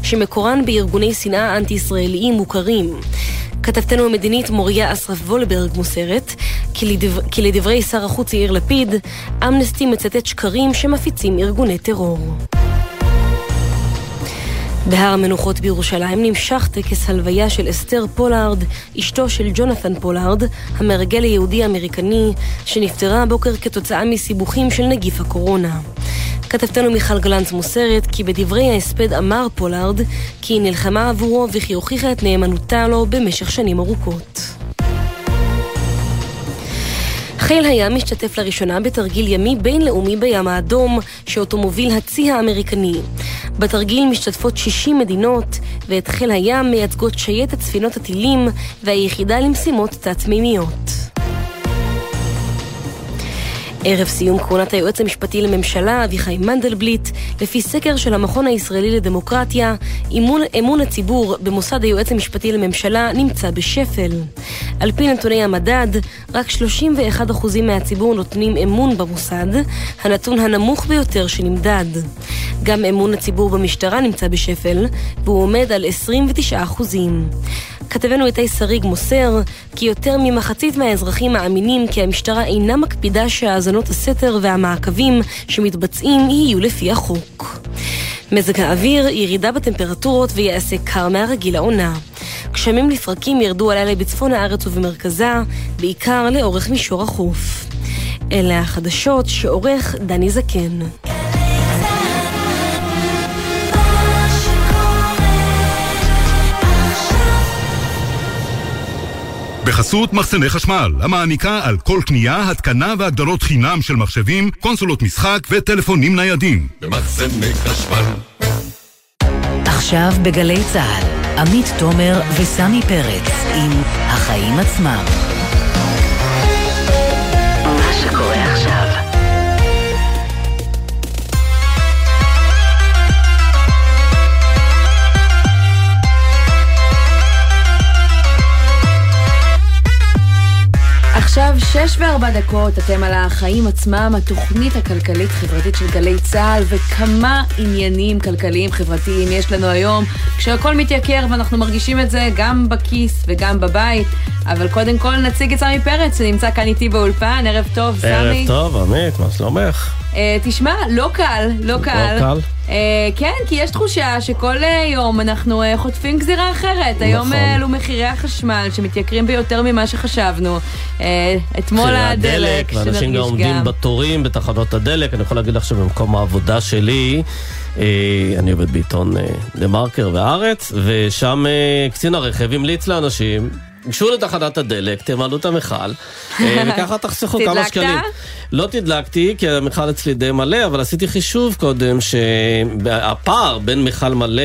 שמקורן בארגוני שנאה אנטי-ישראליים מוכרים. כתבתנו המדינית מוריה אסרף וולברג מוסרת כי לדברי שר החוץ יאיר לפיד, אמנסטי מצטט שקרים שמפיצים ארגוני טרור. בהר המנוחות בירושלים נמשך טקס הלוויה של אסתר פולארד, אשתו של ג'ונתן פולארד, המרגל היהודי האמריקני, שנפטרה הבוקר כתוצאה מסיבוכים של נגיף הקורונה. כתבתנו מיכל גלנץ מוסרת כי בדברי ההספד אמר פולארד כי היא נלחמה עבורו וכי הוכיחה את נאמנותה לו במשך שנים ארוכות. חיל הים משתתף לראשונה בתרגיל ימי בינלאומי בים האדום, שאותו מוביל הצי האמריקני. בתרגיל משתתפות 60 מדינות, ואת חיל הים מייצגות שייטת ספינות הטילים והיחידה למשימות תת-מימיות. ערב סיום כהונת היועץ המשפטי לממשלה אביחי מנדלבליט, לפי סקר של המכון הישראלי לדמוקרטיה, אמון הציבור במוסד היועץ המשפטי לממשלה נמצא בשפל. על פי נתוני המדד, רק 31% מהציבור נותנים אמון במוסד, הנתון הנמוך ביותר שנמדד. גם אמון הציבור במשטרה נמצא בשפל, והוא עומד על 29%. כתבנו איתי שריג מוסר כי יותר ממחצית מהאזרחים מאמינים כי המשטרה אינה מקפידה שהאזנות הסתר והמעקבים שמתבצעים יהיו לפי החוק. מזג האוויר, ירידה בטמפרטורות ויעשה קר מהרגיל העונה. גשמים לפרקים ירדו הלילה בצפון הארץ ובמרכזה, בעיקר לאורך מישור החוף. אלה החדשות שעורך דני זקן. בחסות מחסני חשמל, המעניקה על כל קנייה, התקנה והגדלות חינם של מחשבים, קונסולות משחק וטלפונים ניידים. במחסני חשמל. עכשיו בגלי צהל, עמית תומר וסמי פרץ עם החיים עצמם. מה שקורה עכשיו. עכשיו 6:04, אתם על החיים עצמם, התוכנית הכלכלית חברתית של גלי צהל, וכמה עניינים כלכליים חברתיים יש לנו היום, כשהכל מתייקר ואנחנו מרגישים את זה גם בכיס וגם בבית. אבל קודם כל נציג את סמי פרץ שנמצא כאן איתי באולפן. ערב טוב סמי. ערב טוב עמית, מה שלומך? תשמע, לא קל. כן, כי יש תחושה שכל יום אנחנו חוטפים גזירה אחרת. היום אלו מחירי החשמל שמתייקרים ביותר ממה שחשבנו. אתמול הדלק, ואנשים גם עומדים בתורים בתחנות הדלק. אני יכול להגיד לך שבמקום העבודה שלי, אני עובד בעיתון למרקר והארץ, ושם קצין הרכב המליץ לאנשים, גשו לתחנת הדלק, תמלאו את המכל, וככה תחסכו כמה שקלים. לא תדלקתי, כי המכל אצלי די מלא, אבל עשיתי חישוב קודם, שהפער בין מכל מלא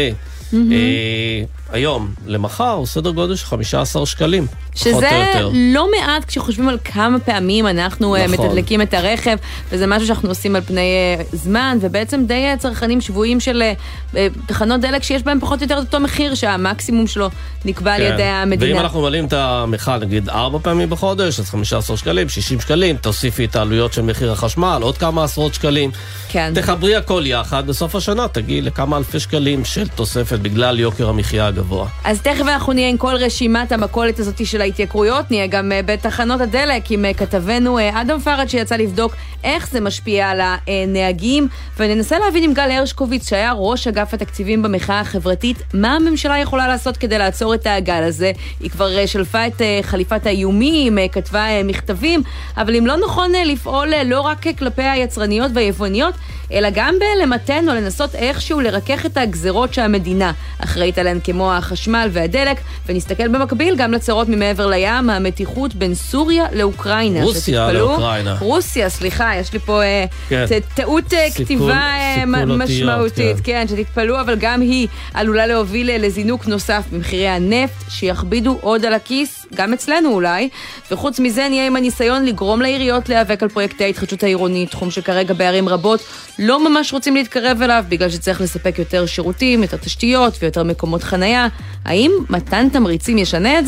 היום למחר הוא סדר גודל של 15 שקלים. שזה לא מעט כשחושבים על כמה פעמים אנחנו מתדלקים את הרכב, וזה משהו שאנחנו עושים על פני זמן, ובעצם די צרכנים שבויים של תחנות דלק שיש בהם פחות או יותר אותו מחיר, שהמקסימום שלו נקבע על ידי המדינה. ואם אנחנו מלאים את המכל, נגיד 4 פעמים בחודש, אז 15 שקלים, 60 שקלים, תוסיפי את העלויות של מחיר החשמל, עוד כמה עשרות שקלים. תחברי הכל יחד, בסוף השנה תגיעי לכמה אלפי שקלים של תוספת בגלל יוקר המחיה הגבוה. אז תכף אנחנו נהיה עם כל רשימת המכולת הזאת של ההתייקרויות, נהיה גם בתחנות הדלק עם כתבנו אדם פרד שיצא לבדוק איך זה משפיע על הנהגים, וננסה להבין עם גל הרשקוביץ שהיה ראש אגף התקציבים במחאה החברתית, מה הממשלה יכולה לעשות כדי לעצור את הגל הזה. היא כבר שלפה את חליפת האיומים, כתבה מכתבים, אבל אם לא נכון לפעול לא רק כלפי היצרניות והיבואניות, אלא גם בלמתן או לנסות איכשהו לרכך את הגזרות שהמדינה אחראית עליהן כמו החשמל והדלק, ונסתכל במקביל גם לצרות ממעבר לים, המתיחות בין סוריה לאוקראינה. רוסיה לאוקראינה. רוסיה, סליחה, יש לי פה טעות כתיבה משמעותית. כן, שתתפלו, אבל גם היא עלולה להוביל לזינוק נוסף במחירי הנפט, שיכבידו עוד על הכיס, גם אצלנו אולי, וחוץ מזה נהיה עם הניסיון לגרום לעיריות להיאבק על פרויקטי ההתחדשות העירונית, תחום שכרגע בערים רבות לא ממש רוצים להתקרב אליו, בגלל שצריך לספק יותר שירותים, יותר תשתיות ויותר מקומות חנייה. האם מתן תמריצים ישנה את זה?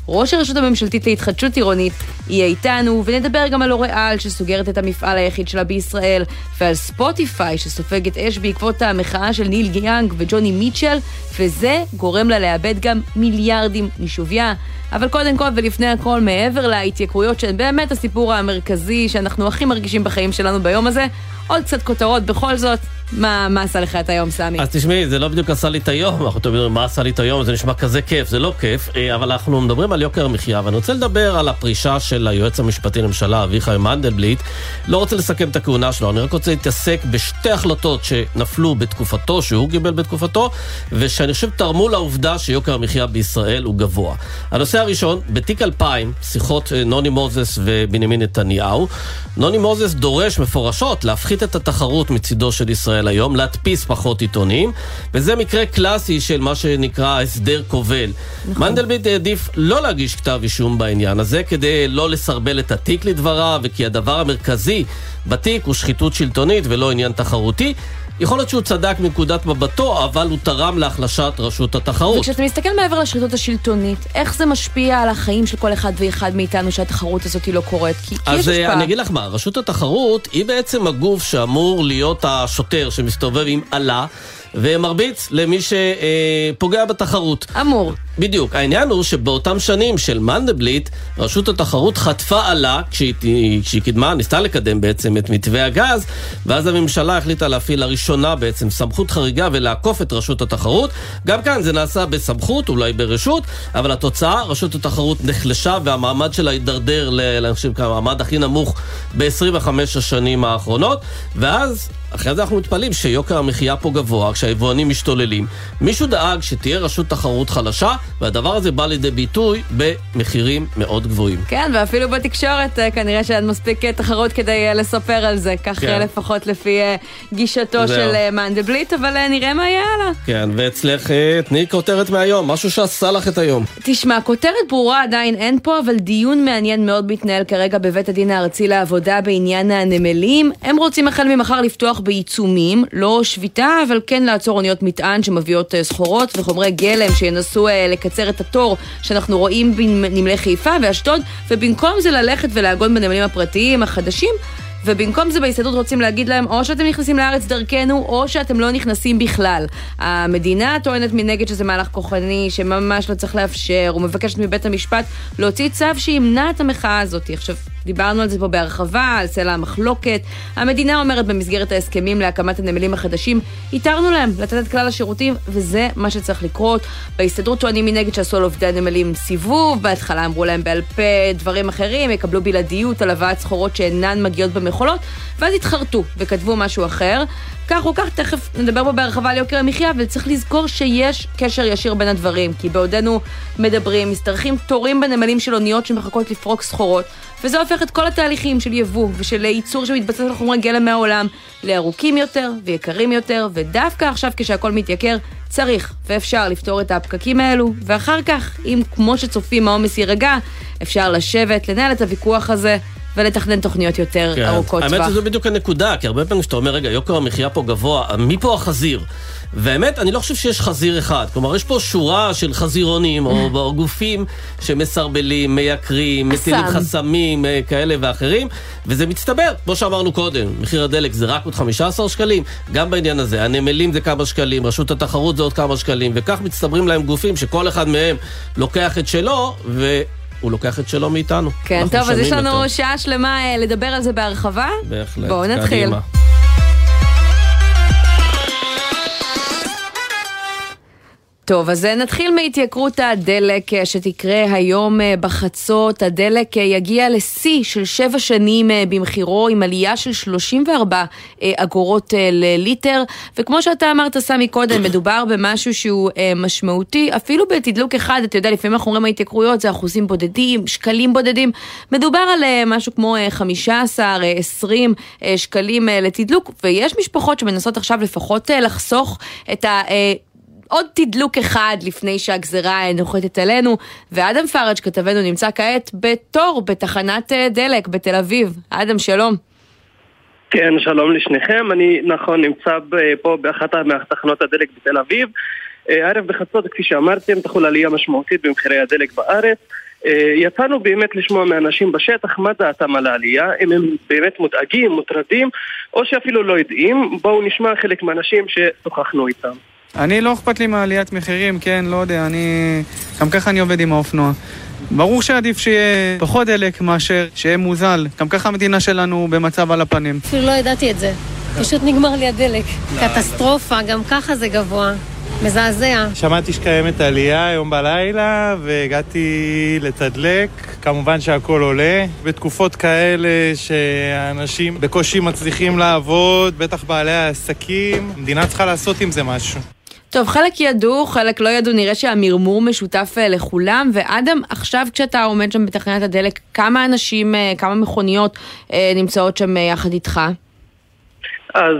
ראש הרשות הממשלתית להתחדשות עירונית, יהיה איתנו, ונדבר גם על לוריאל שסוגרת את המפעל היחיד שלה בישראל, ועל ספוטיפיי שסופגת אש בעקבות המחאה של ניל יאנג וג'וני מיטשל, וזה גורם לה לאבד גם מיליארדים משוויה. אבל קודם כל ולפני הכל, מעבר להתייקרויות שהן באמת הסיפור המרכזי שאנחנו הכי מרגישים בחיים שלנו ביום הזה, עוד קצת כותרות בכל זאת. מה עשה לך את היום, סמי? אז תשמעי, זה לא בדיוק עשה לי את היום, אנחנו תמיד אומרים מה עשה לי את היום, זה נשמע כזה כיף, זה לא כיף, אבל אנחנו מדברים על יוקר המחיה, ואני רוצה לדבר על הפרישה של היועץ המשפטי לממשלה, אביחי מנדלבליט. לא רוצה לסכם את הכהונה שלו, אני רק רוצה להתעסק בשתי החלטות שנפלו בתקופתו, שהוא קיבל בתקופתו, ושאני חושב תרמו לעובדה שיוקר המחיה בישראל הוא גבוה. הנושא הראשון, בתיק 2000, שיחות נוני מוזס ובנימין נתניהו, נוני מוזס דורש מפורשות להפחית את התחרות מצידו של ישראל היום, להדפיס פחות עיתונים, וזה מקרה קלאסי של מה שנקרא הסדר כובל. נכון. מנדלבליט העדיף לא להגיש כתב אישום בעניין הזה, כדי לא לסרבל את התיק לדבריו, וכי הדבר המרכזי בתיק הוא שחיתות שלטונית ולא עניין תחרותי. יכול להיות שהוא צדק מנקודת מבטו, אבל הוא תרם להחלשת רשות התחרות. וכשאתה מסתכל מעבר לשחיתות השלטונית, איך זה משפיע על החיים של כל אחד ואחד מאיתנו שהתחרות הזאת היא לא קורית? כי אז אני אגיד לך מה, רשות התחרות היא בעצם הגוף שאמור להיות השוטר שמסתובב עם עלה, ומרביץ למי שפוגע בתחרות. אמור. בדיוק. העניין הוא שבאותם שנים של מנדלבליט, רשות התחרות חטפה עלה, כשהיא קדמה, ניסתה לקדם בעצם את מתווה הגז, ואז הממשלה החליטה להפעיל לראשונה בעצם סמכות חריגה ולעקוף את רשות התחרות. גם כאן זה נעשה בסמכות, אולי ברשות, אבל התוצאה, רשות התחרות נחלשה, והמעמד שלה הידרדר למעמד הכי נמוך ב-25 השנים האחרונות, ואז אחרי זה אנחנו מתפלאים שיוקר המחיה פה גבוה, כשהיבואנים משתוללים. מישהו דאג שתהיה רשות תחרות חלשה, והדבר הזה בא לידי ביטוי במחירים מאוד גבוהים. כן, ואפילו בתקשורת כנראה שאין מספיק תחרות כדי לספר על זה, כך כן. לפחות לפי גישתו של מנדלבליט, אבל נראה מה יהיה הלאה. כן, ואצלך תני כותרת מהיום, משהו שעשה לך את היום. תשמע, כותרת ברורה עדיין אין פה, אבל דיון מעניין מאוד מתנהל כרגע בבית הדין הארצי לעבודה בעניין הנמלים. הם רוצים החל ממחר לפתוח בעיצומים, לא שביתה, אבל כן לעצור אוניות מטען שמביאות סחורות וחומרי גלם שינסו לקצר את התור שאנחנו רואים בנמלי חיפה ואשדוד, ובמקום זה ללכת ולהגון בנמלים הפרטיים החדשים, ובמקום זה בהסתדרות רוצים להגיד להם או שאתם נכנסים לארץ דרכנו או שאתם לא נכנסים בכלל. המדינה טוענת מנגד שזה מהלך כוחני שממש לא צריך לאפשר, ומבקשת מבית המשפט להוציא צו שימנע את המחאה הזאת. עכשיו, דיברנו על זה פה בהרחבה, על סלע המחלוקת. המדינה אומרת במסגרת ההסכמים להקמת הנמלים החדשים, התרנו להם לתת את כלל השירותים, וזה מה שצריך לקרות. בהסתדרות טוענים מנגד שעשו על עובדי הנמלים סיבוב, בהתחלה אמרו להם בעל פה דברים אחרים, יקבלו בלעדיות על הבאת סחורות שאינן מגיעות במכולות, ואז התחרטו וכתבו משהו אחר. כך או כך, תכף נדבר פה בהרחבה על יוקר המחיה, וצריך לזכור שיש קשר ישיר בין הדברים, כי בעודנו מדברים, מסתרחים תורים בנמלים של אוניות שמחכות לפרוק סחורות, וזה הופך את כל התהליכים של יבוא ושל ייצור שמתבצע על חומרי גלם מהעולם לארוכים יותר ויקרים יותר, ודווקא עכשיו כשהכל מתייקר, צריך ואפשר לפתור את הפקקים האלו, ואחר כך, אם כמו שצופים העומס יירגע, אפשר לשבת, לנהל את הוויכוח הזה, ולתכנן תוכניות יותר ארוכות טווח. האמת שזו בדיוק הנקודה, כי הרבה פעמים שאתה אומר, רגע, יוקר המחיה פה גבוה, מי פה החזיר? והאמת, אני לא חושב שיש חזיר אחד. כלומר, יש פה שורה של חזירונים או גופים שמסרבלים, מייקרים, מטילים חסמים כאלה ואחרים, וזה מצטבר. כמו שאמרנו קודם, מחיר הדלק זה רק עוד 15 שקלים, גם בעניין הזה. הנמלים זה כמה שקלים, רשות התחרות זה עוד כמה שקלים, וכך מצטברים להם גופים שכל אחד מהם לוקח את שלו, הוא לוקח את שלו מאיתנו. כן, טוב, אז יש לנו שעה שלמה לדבר על זה בהרחבה. בהחלט. בואו נתחיל. טוב, אז נתחיל מהתייקרות הדלק שתקרה היום בחצות. הדלק יגיע לשיא של 7 שנים במחירו, עם עלייה של 34 אגורות לליטר, וכמו שאתה אמרת סמי קודם, מדובר במשהו שהוא משמעותי, אפילו בתדלוק אחד, אתה יודע, לפעמים אנחנו רואים ההתייקרויות, זה אחוזים בודדים, שקלים בודדים, מדובר על משהו כמו 15-20 שקלים לתדלוק, ויש משפחות שמנסות עכשיו לפחות לחסוך את עוד תדלוק אחד לפני שהגזרה נוחתת עלינו, ואדם פארג' כתבנו נמצא כעת בתור בתחנת דלק בתל אביב. אדם, שלום. כן, שלום לשניכם. אני נמצא פה באחת מתחנות הדלק בתל אביב. ערב בחצות, כפי שאמרתם, תחול עלייה משמעותית במחירי הדלק בארץ. יצאנו באמת לשמוע מאנשים בשטח מה דעתם על העלייה, אם הם באמת מודאגים, מוטרדים, או שאפילו לא יודעים. בואו נשמע חלק מהאנשים ששוחחנו איתם. אני לא אכפת לי מעליית מחירים, כן, לא יודע, גם ככה אני עובד עם האופנוע. ברור שעדיף שיהיה פחות דלק מאשר שיהיה מוזל. גם ככה המדינה שלנו במצב על הפנים. אפילו לא ידעתי את זה. פשוט נגמר לי הדלק. קטסטרופה, גם ככה זה גבוה. מזעזע. שמעתי שקיימת עלייה היום בלילה והגעתי לתדלק. כמובן שהכל עולה. בתקופות כאלה שאנשים בקושי מצליחים לעבוד, בטח בעלי העסקים, המדינה צריכה לעשות עם זה משהו. טוב, חלק ידעו, חלק לא ידעו, נראה שהמרמור משותף לכולם, ואדם, עכשיו כשאתה עומד שם בתחנת הדלק, כמה אנשים, כמה מכוניות נמצאות שם יחד איתך? אז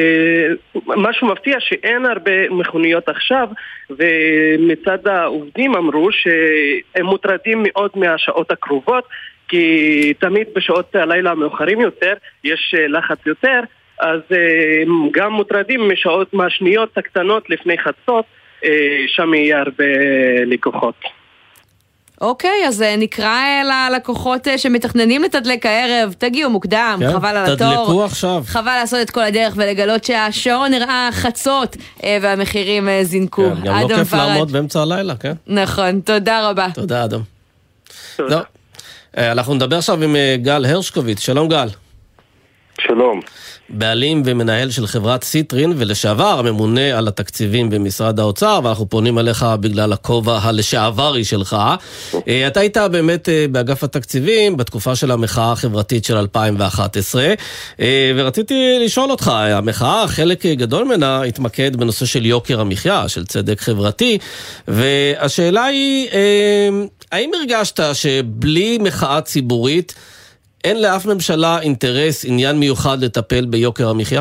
משהו מפתיע שאין הרבה מכוניות עכשיו, ומצד העובדים אמרו שהם מוטרדים מאוד מהשעות הקרובות, כי תמיד בשעות הלילה המאוחרים יותר יש לחץ יותר, אז גם מוטרדים משעות מהשניות הקטנות לפני חצות, שם יהיה הרבה לקוחות. אוקיי, אז נקרא ללקוחות שמתכננים לתדלק הערב, תגיעו מוקדם, כן, חבל על התור. תדלקו עכשיו. חבל לעשות את כל הדרך ולגלות שהשעון נראה חצות והמחירים זינקו. כן, גם לא כיף לעמוד באמצע הלילה, כן? נכון, תודה רבה. תודה, אדם. לא, אנחנו נדבר עכשיו עם גל הרשקוביץ. שלום גל. שלום. בעלים ומנהל של חברת סיטרין ולשעבר הממונה על התקציבים במשרד האוצר, ואנחנו פונים עליך בגלל הכובע הלשעברי שלך. אתה היית באמת באגף התקציבים בתקופה של המחאה החברתית של 2011, ורציתי לשאול אותך, המחאה, חלק גדול ממנה התמקד בנושא של יוקר המחיה, של צדק חברתי, והשאלה היא, האם הרגשת שבלי מחאה ציבורית אין לאף ממשלה אינטרס, עניין מיוחד לטפל ביוקר המחיה?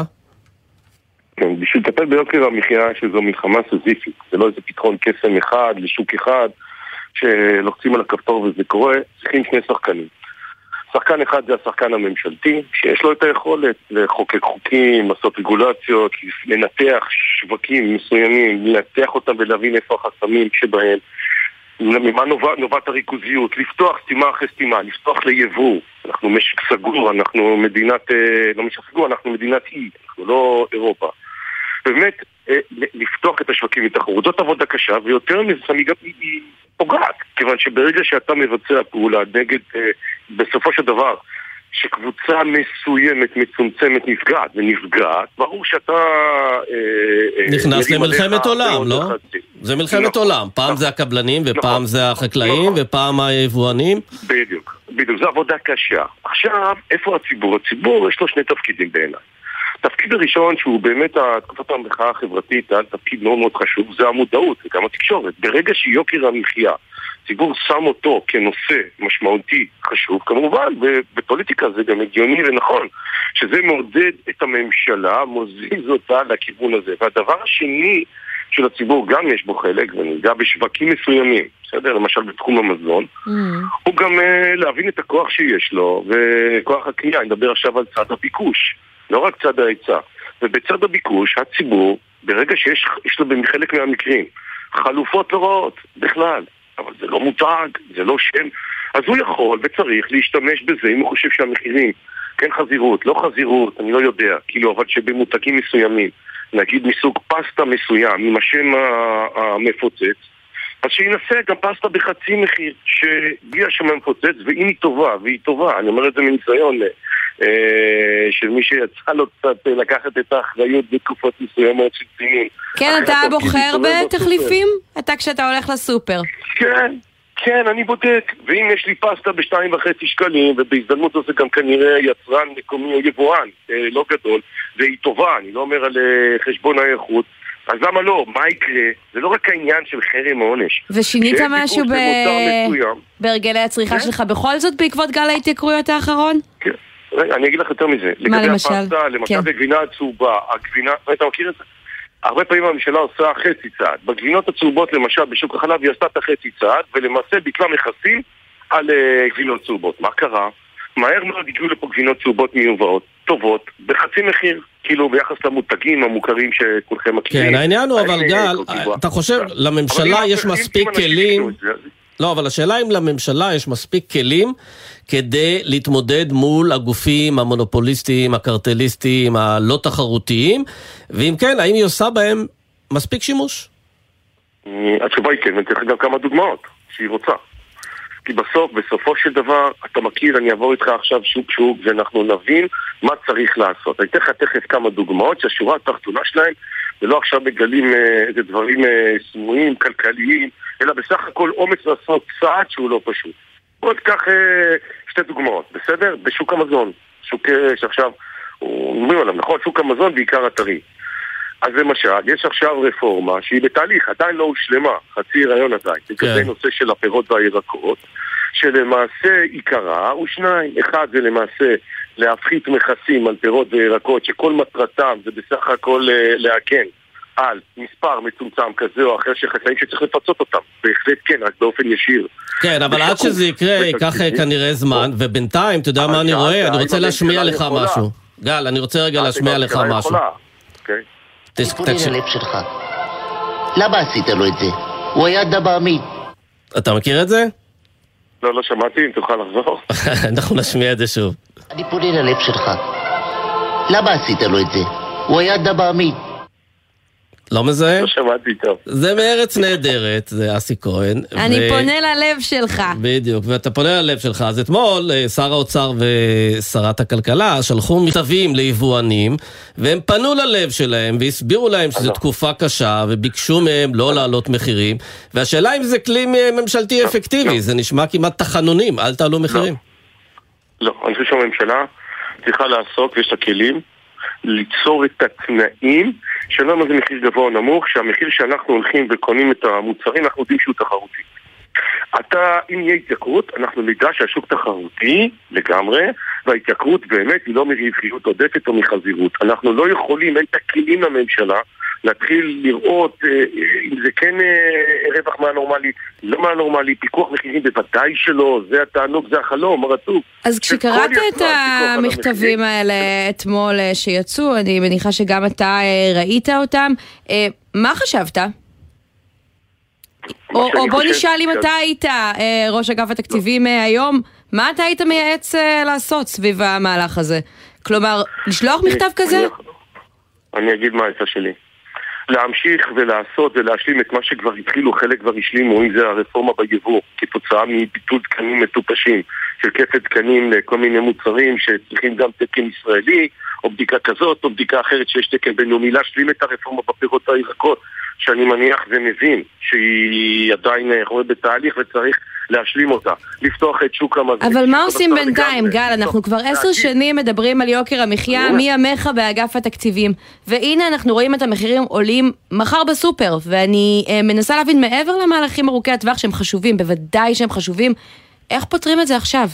כן, בשביל לטפל ביוקר המחיה שזו מלחמה סזיפית, זה לא איזה פתרון קסם אחד לשוק אחד שלוחצים על הכפתור וזה קורה, צריכים שני שחקנים. שחקן אחד זה השחקן הממשלתי, שיש לו את היכולת לחוקק חוקים, לעשות רגולציות, לנתח שווקים מסוימים, לנתח אותם ולהבין איפה החסמים שבהם, ממה נובעת הריכוזיות, לפתוח סתימה אחרי סתימה, לפתוח ליבוא. אנחנו משק סגור, אנחנו מדינת, לא משק סגור, אנחנו מדינת אי, אנחנו לא אירופה. באמת, לפתוח את השווקים מתחרות, זאת עבודה קשה, ויותר מזה, היא פוגעת, כיוון שברגע שאתה מבצע פעולה נגד, בסופו של דבר, שקבוצה מסוימת, מצומצמת, נפגעת, ברור שאתה נכנס למלחמת עולם, לא? זה מלחמת עולם. פעם זה הקבלנים, ופעם זה החקלאים, ופעם היבואנים. בדיוק, זו עבודה קשה. עכשיו, איפה הציבור? הציבור יש לו שני תפקידים בעיניי. תפקיד הראשון, שהוא באמת תקופת המחאה החברתית, תפקיד מאוד מאוד חשוב, זה המודעות, וגם התקשורת. ברגע שיוקר המחיה, הציבור שם אותו כנושא משמעותי חשוב, כמובן, ובפוליטיקה זה גם הגיוני ונכון, שזה מעודד את הממשלה, מוזיז אותה לכיוון הזה. והדבר השני של הציבור גם יש בו חלק, וניגע בשווקים מסוימים, בסדר? למשל בתחום המזון, הוא גם להבין את הכוח שיש לו, וכוח הקנייה, אני מדבר עכשיו על צד הביקוש, לא רק צד ההיצע. ובצד הביקוש, הציבור, ברגע שיש לו בחלק מהמקרים, חלופות לא רעות, בכלל, אבל זה לא מותג, זה לא שם, אז הוא יכול וצריך להשתמש בזה, אם הוא חושב שהמחירים, כן חזירות, לא חזירות, אני לא יודע, כאילו, אבל שבמותגים מסוימים, נגיד מסוג פסטה מסוים, עם השם המפוצץ, אז שינסה גם פסטה בחצי מחיר, שבלי השם המפוצץ, ואם היא טובה, והיא טובה, אני אומר את זה מניסיון, של מי שיצא לו קצת לקחת את האחריות בתקופות מסוימות של צינים. כן, אתה בוחר בתחליפים? אתה כשאתה הולך לסופר. כן, אני בודק. ואם יש לי פסטה ב2.5 שקלים, ובהזדמנות הזה גם כנראה יצרן מקומי או יבואן לא גדול, והיא טובה, אני לא אומר על חשבון האיכות, אז למה לא? מה יקרה? זה לא רק העניין של חרם העונש. ושינית משהו בהרגלי הצריכה שלך בכל זאת בעקבות גל ההתייקרויות האחרון? כן. אני אגיד לך יותר מזה. מה למשל? למשל בגבינה הצהובה, אתה מכיר את זה? הרבה פעמים הממשלה עושה חצי צעד. בגבינות הצהובות למשל בשוק החלב היא עשתה את החצי צעד, ולמעשה ביטלה מכסים על גבינות צהובות. מה קרה? מהר מאוד הגיעו לפה גבינות צהובות מיובאות, טובות, בחצי מחיר, כאילו ביחס למותגים המוכרים שכולכם מכירים. כן, העניין הוא אבל גל, אתה חושב לממשלה יש מספיק כלים, לא, אבל השאלה אם לממשלה יש מספיק כלים כדי להתמודד מול הגופים המונופוליסטיים, הקרטליסטיים, הלא תחרותיים, ואם כן, האם היא עושה בהם מספיק שימוש? התשובה היא כן, אני אתן גם כמה דוגמאות שהיא רוצה. כי בסופו של דבר, אתה מכיר, אני אעבור איתך עכשיו שוק, ואנחנו נבין מה צריך לעשות. אני אתן לך תכף כמה דוגמאות שהשורה התחתונה שלהם, ולא עכשיו מגלים איזה דברים סמויים, כלכליים, אלא בסך הכל אומץ לעשות צעד שהוא לא פשוט. בוא תקח שתי דוגמאות, בסדר? בשוק המזון, שוק שעכשיו, אומרים עליו, נכון? שוק המזון בעיקר אתרי. אז למשל, יש עכשיו רפורמה שהיא בתהליך, עדיין לא הושלמה, חצי הריון עדיין, לגבי נושא של הפירות והירקות, שלמעשה עיקרה הוא שניים. אחד זה למעשה להפחית מכסים על פירות וירקות, שכל מטרתם זה בסך הכל להגן על מספר מצומצם כזה או אחר של חקלאים שצריך לפצות אותם. בהחלט כן, רק באופן ישיר. כן, אבל עד שזה יקרה, ייקח כנראה זמן, ובינתיים, אתה יודע מה אני רואה? אני רוצה להשמיע לך משהו. גל, אני רוצה רגע להשמיע לך משהו. תפולי ללב שלך. למה עשית לו את זה? הוא היה אדם מאמין. אתה מכיר את זה? לא שמעתי, אם תוכל לחזור. אנחנו נשמיע את זה שוב. אני פונה ללב שלך. למה עשית לו את זה? הוא היה אדם מאמין. לא מזהה? לא שמעתי טוב. זה מארץ נהדרת, זה אסי כהן. אני פונה ללב שלך. בדיוק, ואתה פונה ללב שלך. אז אתמול שר האוצר ושרת הכלכלה שלחו מכתבים ליבואנים, והם פנו ללב שלהם והסבירו להם שזו תקופה קשה, וביקשו מהם לא לעלות מחירים. והשאלה אם זה כלי ממשלתי אפקטיבי, זה נשמע כמעט תחנונים, אל תעלו מחירים. לא, אני חושב שהממשלה צריכה לעסוק, ויש לה כלים, ליצור את התנאים שלא מה זה מחיר גבוה או נמוך, שהמחיר שאנחנו הולכים וקונים את המוצרים, אנחנו יודעים שהוא תחרותי. אם יהיה התייקרות, אנחנו נדע שהשוק תחרותי לגמרי, וההתייקרות באמת היא לא מרווחיות עודפת או מחזירות. אנחנו לא יכולים, אין תקלים לממשלה, להתחיל לראות אם זה כן רווח מהנורמלי, לא מהנורמלי, פיקוח מחירים בוודאי שלא, זה התענוג, זה החלום, הרטוב. אז כשקראת את המכתבים האלה אתמול שיצאו, אני מניחה שגם אתה ראית אותם, מה חשבת? או בוא נשאל אם אתה היית ראש אגף התקציבים היום, מה אתה היית מייעץ לעשות סביב המהלך הזה? כלומר, לשלוח מכתב כזה? אני אגיד מה העצה שלי. להמשיך ולעשות ולהשלים את מה שכבר התחילו, חלק כבר השלימו, אם זה הרפורמה ביבוא, כתוצאה מביטול תקנים מטופשים, של כפל תקנים לכל מיני מוצרים שצריכים גם תקן ישראלי, או בדיקה כזאת, או בדיקה אחרת שיש תקן בינלאומי, להשלים את הרפורמה בפירות והירקות, שאני מניח ומבין שהיא עדיין בתהליך וצריך להשלים אותה, לפתוח את שוק המזון. אבל מה עושים בינתיים, גל? אנחנו כבר 10 שנים מדברים על יוקר המחיה, מי ימיך באגף התקציבים, והנה אנחנו רואים את המחירים עולים מחר בסופר, ואני מנסה להבין מעבר למהלכים ארוכי הטווח שהם חשובים, בוודאי שהם חשובים, איך פותרים את זה עכשיו?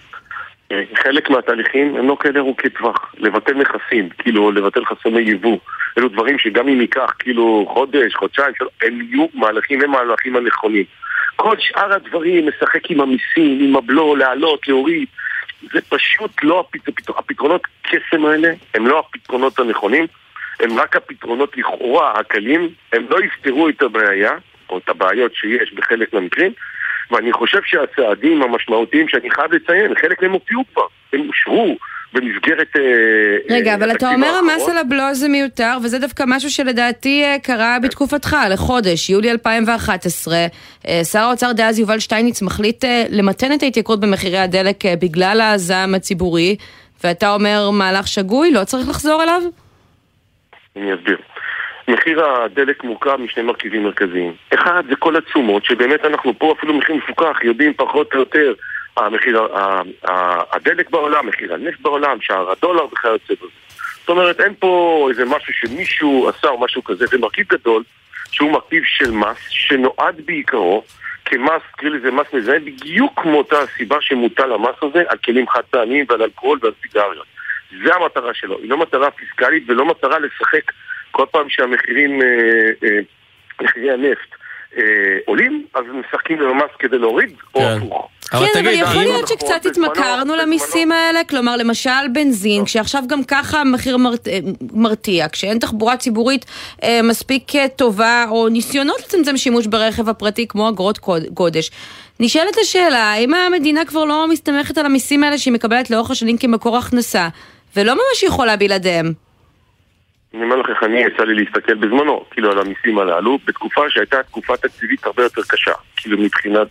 חלק מהתהליכים הם לא כאלה ארוכי טווח, לבטל מכסים, כאילו לבטל חסמי יבוא, אלו דברים שגם אם ייקח כאילו חודש, חודשיים, הם יהיו מהלכים, הם מהלכים הנכונים. כל שאר הדברים, משחק עם המיסים, עם הבלו, לעלות, להוריד, זה פשוט לא הפתרונות קסם האלה, הם לא הפתרונות הנכונים, הם רק הפתרונות לכאורה הקלים, הם לא יפתרו את הבעיה, או את הבעיות שיש בחלק מהמקרים, ואני חושב שהצעדים המשמעותיים שאני חייב לציין, חלק מהם הופיעו כבר, הם אושרו במסגרת... רגע, אבל אתה אומר המס על הבלו זה מיותר, וזה דווקא משהו שלדעתי קרה בתקופתך, לחודש, יולי 2011, שר האוצר דאז יובל שטייניץ מחליט למתן את ההתייקרות במחירי הדלק בגלל הזעם הציבורי, ואתה אומר מהלך שגוי, לא צריך לחזור אליו? אני אסביר. מחיר הדלק מורכב משני מרכיבים מרכזיים. אחד זה כל התשומות, שבאמת אנחנו פה אפילו מחיר מפוקח, יודעים פחות או יותר המחיר, הדלק בעולם, מחיר הנפט בעולם, שער הדולר וכיוצא בזה. זאת אומרת, אין פה איזה משהו שמישהו עשה או משהו כזה, זה מרכיב גדול, שהוא מרכיב של מס, שנועד בעיקרו כמס, קריא לזה מס מזהה, בדיוק כמו אותה הסיבה שמוטל המס הזה על כלים חד פעמיים ועל אלכוהול ועל סיגריות. זה המטרה שלו, היא לא מטרה פיסקלית ולא מטרה לשחק כל פעם שהמחירים, מחירי הנפט עולים, אז משחקים במס כדי להוריד או הפוך. כן, אבל יכול להיות שקצת התמכרנו למיסים האלה, כלומר למשל בנזין, כשעכשיו גם ככה המחיר מרתיע, כשאין תחבורה ציבורית מספיק טובה, או ניסיונות לצמצם שימוש ברכב הפרטי כמו אגרות גודש. נשאלת השאלה, האם המדינה כבר לא מסתמכת על המיסים האלה שהיא מקבלת לאורך השנים כמקור הכנסה, ולא ממש יכולה בלעדיהם? אני אומר לך, אני יצא לי להסתכל בזמנו, כאילו על המיסים הללו, בתקופה שהייתה תקופה תקציבית הרבה יותר קשה, כאילו מבחינת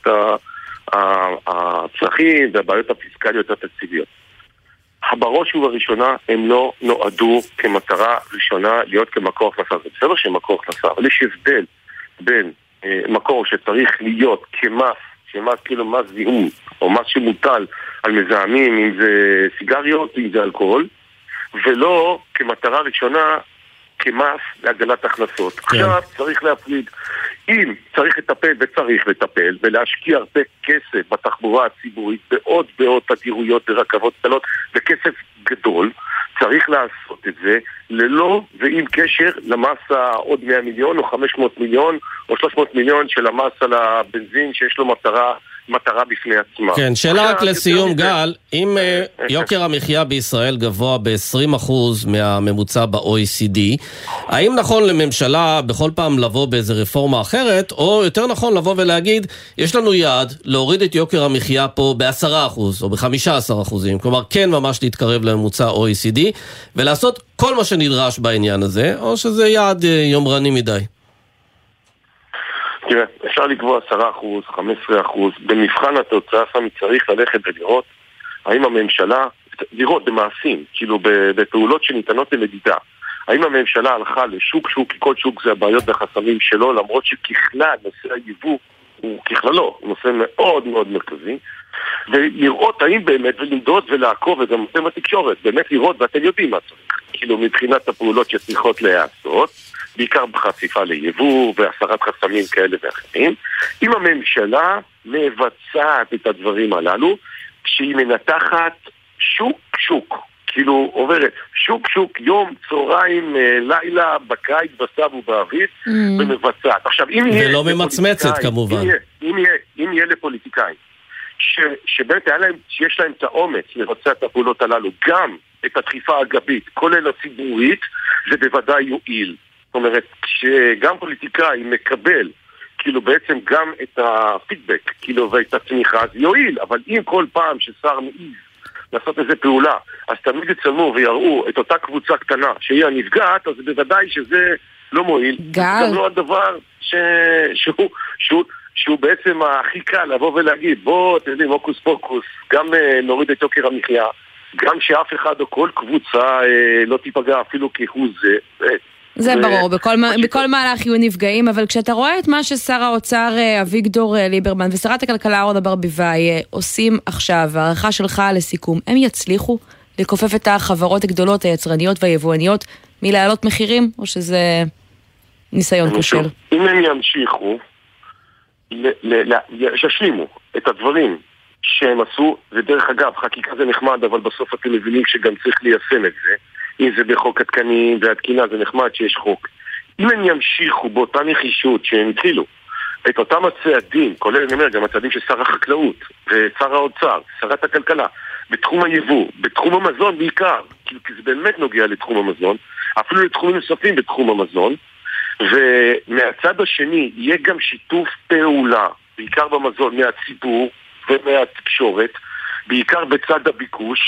הצרכים והבעיות הפיסקליות התקציביות. בראש ובראשונה הם לא נועדו כמטרה ראשונה להיות כמקור הכנסה. זה בסדר שמקור הכנסה, אבל יש הבדל בין מקור שצריך להיות כמס, שמס כאילו מס זיהום, או מס שמוטל על מזהמים, אם זה סיגריות, אם זה אלכוהול, ולא כמטרה ראשונה כמס להגדלת הכנסות. עכשיו צריך להפריד. אם צריך לטפל וצריך לטפל ולהשקיע הרבה כסף בתחבורה הציבורית בעוד תדירויות ורכבות קלות וכסף גדול, צריך לעשות את זה ללא ועם קשר למס עוד 100 מיליון או 500 מיליון או 300 מיליון של המס על הבנזין שיש לו מטרה בפני עצמה. כן, שאלה רק לסיום גל, אם יוקר המחיה בישראל גבוה ב-20% מהממוצע ב-OECD, האם נכון לממשלה בכל פעם לבוא באיזו רפורמה אחרת, או יותר נכון לבוא ולהגיד, יש לנו יעד להוריד את יוקר המחיה פה ב-10% או ב-15%, כלומר כן ממש להתקרב לממוצע OECD, ולעשות כל מה שנדרש בעניין הזה, או שזה יעד יומרני מדי? תראה, אפשר לקבוע 10%, 15%, במבחן התוצאה סמי צריך ללכת ולראות האם הממשלה, לראות במעשים, כאילו בפעולות שניתנות למדידה, האם הממשלה הלכה לשוק, כי כל שוק זה הבעיות והחסמים שלו, למרות שככלל נושא היבוא הוא ככללו, נושא מאוד מאוד מרכזי, ולראות האם באמת, ולמדוד ולעקוב, וגם אתם בתקשורת, באמת לראות, ואתם יודעים מה צריך, כאילו מבחינת הפעולות שצריכות להיעשות, בעיקר בחשיפה ליבוא והסרת חסמים כאלה ואחרים. אם הממשלה מבצעת את הדברים הללו, כשהיא מנתחת שוק, כאילו עוברת שוק, יום, צהריים, לילה, בקיץ, בסתיו ובאביב, ומבצעת. עכשיו, אם יהיה... ולא ממצמצת כמובן. אם יהיה לפוליטיקאים, שבאמת שיש להם את האומץ לבצע את הפעולות הללו, גם את הדחיפה הגבית, כולל הציבורית, זה בוודאי יועיל. זאת אומרת, שגם פוליטיקאי מקבל, כאילו בעצם גם את הפידבק, כאילו ואת התמיכה, זה יועיל, אבל אם כל פעם ששר מעיז לעשות איזה פעולה, אז תמיד יצלמו ויראו את אותה קבוצה קטנה שהיא הנפגעת, אז בוודאי שזה לא מועיל. זה גם לא הדבר שהוא בעצם הכי קל לבוא ולהגיד, בוא, אתם יודעים, הוקוס פוקוס, גם נוריד את יוקר המחיה, גם שאף אחד או כל קבוצה לא תיפגע אפילו כהוא זה. זה ברור, בכל מהלך יהיו נפגעים, אבל כשאתה רואה את מה ששר האוצר אביגדור ליברמן ושרת הכלכלה אורנה ברביבאי עושים עכשיו, הערכה שלך לסיכום, הם יצליחו לכופף את החברות הגדולות, היצרניות והיבואניות מלהעלות מחירים, או שזה ניסיון כושל? אם הם ימשיכו, ישלימו את הדברים שהם עשו, ודרך אגב, חקיקה זה נחמד, אבל בסוף אתם מבינים שגם צריך ליישם את זה, אם זה בחוק התקנים והתקינה, זה נחמד שיש חוק. אם הם ימשיכו באותה נחישות שהם התחילו את אותם הצעדים, כולל אני אומר גם הצעדים של שר החקלאות ושר האוצר, שרת הכלכלה, בתחום היבוא, בתחום המזון בעיקר, כי זה באמת נוגע לתחום המזון, אפילו לתחומים נוספים בתחום המזון, ומהצד השני יהיה גם שיתוף פעולה, בעיקר במזון, מהציבור ומהתקשורת, בעיקר בצד הביקוש,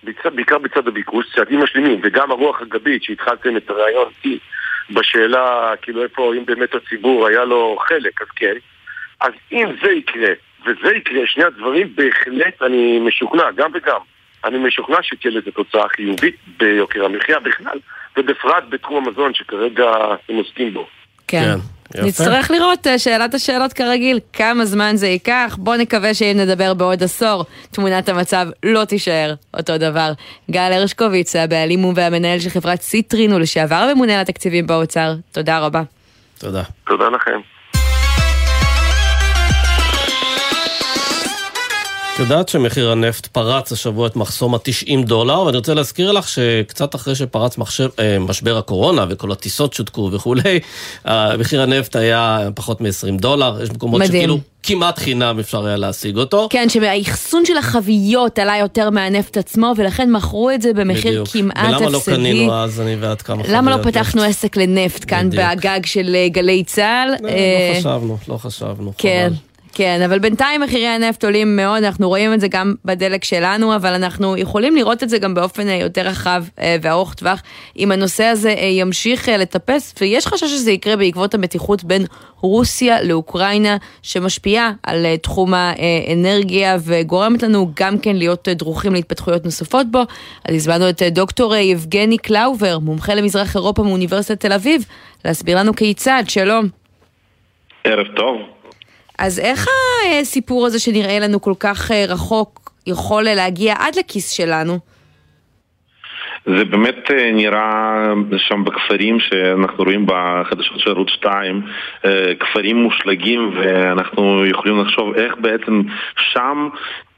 צעדים משלימים, וגם הרוח הגבית שהתחלתם את הרעיון בשאלה, כאילו איפה, אם באמת הציבור היה לו חלק, אז כן. אז אם זה יקרה, וזה יקרה, שני הדברים, בהחלט אני משוכנע, גם וגם, אני משוכנע שתהיה לזה תוצאה חיובית ביוקר המחיה בכלל, ובפרט בתחום המזון שכרגע הם עוסקים בו. כן. נצטרך לראות שאלת השאלות כרגיל, כמה זמן זה ייקח, בוא נקווה שאם נדבר בעוד עשור, תמונת המצב לא תישאר אותו דבר. גל הרשקוביץ, הבעלים והמנהל של חברת סיטרין ולשעבר ממונה על התקציבים באוצר, תודה רבה. תודה. תודה לכם. את יודעת שמחיר הנפט פרץ השבוע את מחסום $90, ואני רוצה להזכיר לך שקצת אחרי שפרץ משבר הקורונה וכל הטיסות שותקו וכולי, מחיר הנפט היה פחות $20. יש מקומות שכאילו כמעט חינם אפשר היה להשיג אותו. כן, שהאחסון של החביות עלה יותר מהנפט עצמו, ולכן מכרו את זה במחיר כמעט הפסדי. ולמה לא קנינו אז אני ועד כמה חביות? למה לא פתחנו עסק לנפט כאן בגג של גלי צהל? לא חשבנו. כן. כן, אבל בינתיים מחירי הנפט עולים מאוד, אנחנו רואים את זה גם בדלק שלנו, אבל אנחנו יכולים לראות את זה גם באופן יותר רחב וארוך טווח, אם הנושא הזה ימשיך לטפס, ויש חשש שזה יקרה בעקבות המתיחות בין רוסיה לאוקראינה, שמשפיעה על תחום האנרגיה, וגורמת לנו גם כן להיות דרוכים להתפתחויות נוספות בו. אז הזמנו את דוקטור יבגני קלאובר, מומחה למזרח אירופה מאוניברסיטת תל אביב, להסביר לנו כיצד. שלום. ערב טוב. אז איך הסיפור הזה שנראה לנו כל כך רחוק יכול להגיע עד לכיס שלנו? זה באמת נראה שם בכפרים שאנחנו רואים בחדשות של ערוץ 2, כפרים מושלגים, ואנחנו יכולים לחשוב איך בעצם שם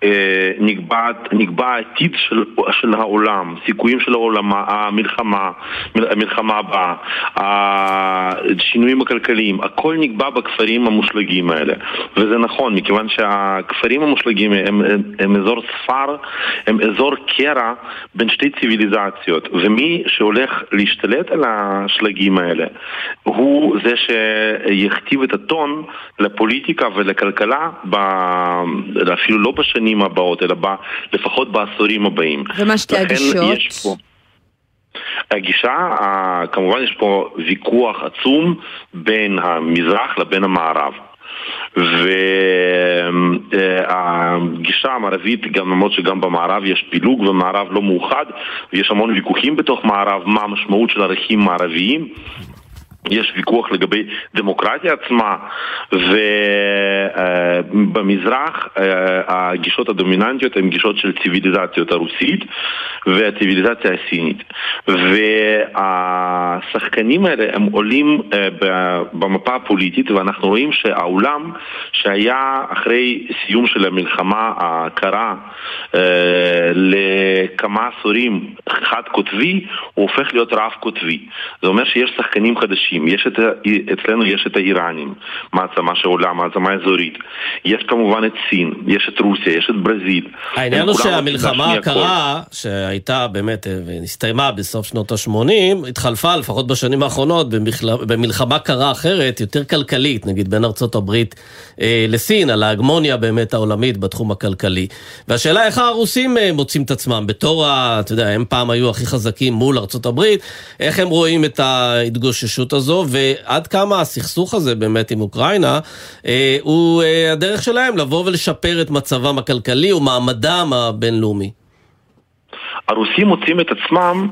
נקבע העתיד של העולם, סיכויים של העולם, המלחמה הבאה, השינויים הכלכליים, הכל נקבע בכפרים המושלגים האלה. וזה נכון, מכיוון שהכפרים המושלגים הם אזור ספר, הם אזור קרע בין שתי ציוויליזציות, ומי שהולך להשתלט על השלגים האלה הוא זה שיכתיב את הטון לפוליטיקה ולכלכלה, אפילו לא בשנים הבאות, אלא לפחות בעשורים הבאים. ומה שתי הגישות? הגישה, כמובן יש פה ויכוח עצום בין המזרח לבין המערב. והגישה המערבית, גם למרות שגם במערב יש פילוג ומערב לא מאוחד, ויש המון ויכוחים בתוך מערב, מה המשמעות של ערכים מערביים. יש ויכוח לגבי דמוקרטיה עצמה, ובמזרח הגישות הדומיננטיות הן גישות של ציוויליזציות הרוסית והציוויליזציה הסינית, והשחקנים האלה הם עולים במפה הפוליטית, ואנחנו רואים שהעולם שהיה אחרי סיום של המלחמה הקרה לכמה עשורים חד קוטבי, הוא הופך להיות רב קוטבי. זה אומר שיש שחקנים חדשים. אצלנו יש את האיראנים, מעצמה שעולה, מעצמה אזורית. יש כמובן את סין, יש את רוסיה, יש את ברזיל. העניין הוא שהמלחמה הקרה, שהייתה באמת והסתיימה בסוף שנות ה-80, התחלפה לפחות בשנים האחרונות במלחמה קרה אחרת, יותר כלכלית, נגיד בין ארצות הברית לסין, על ההגמוניה באמת העולמית בתחום הכלכלי. והשאלה איך הרוסים מוצאים את עצמם בתור, אתה יודע, הם פעם היו הכי חזקים מול ארצות הברית, איך הם רואים את ההתגוששות הזו, ועד כמה הסכסוך הזה באמת עם אוקראינה, הוא הדרך שלהם לבוא ולשפר את מצבם הכלכלי ומעמדם הבינלאומי. הרוסים מוצאים את עצמם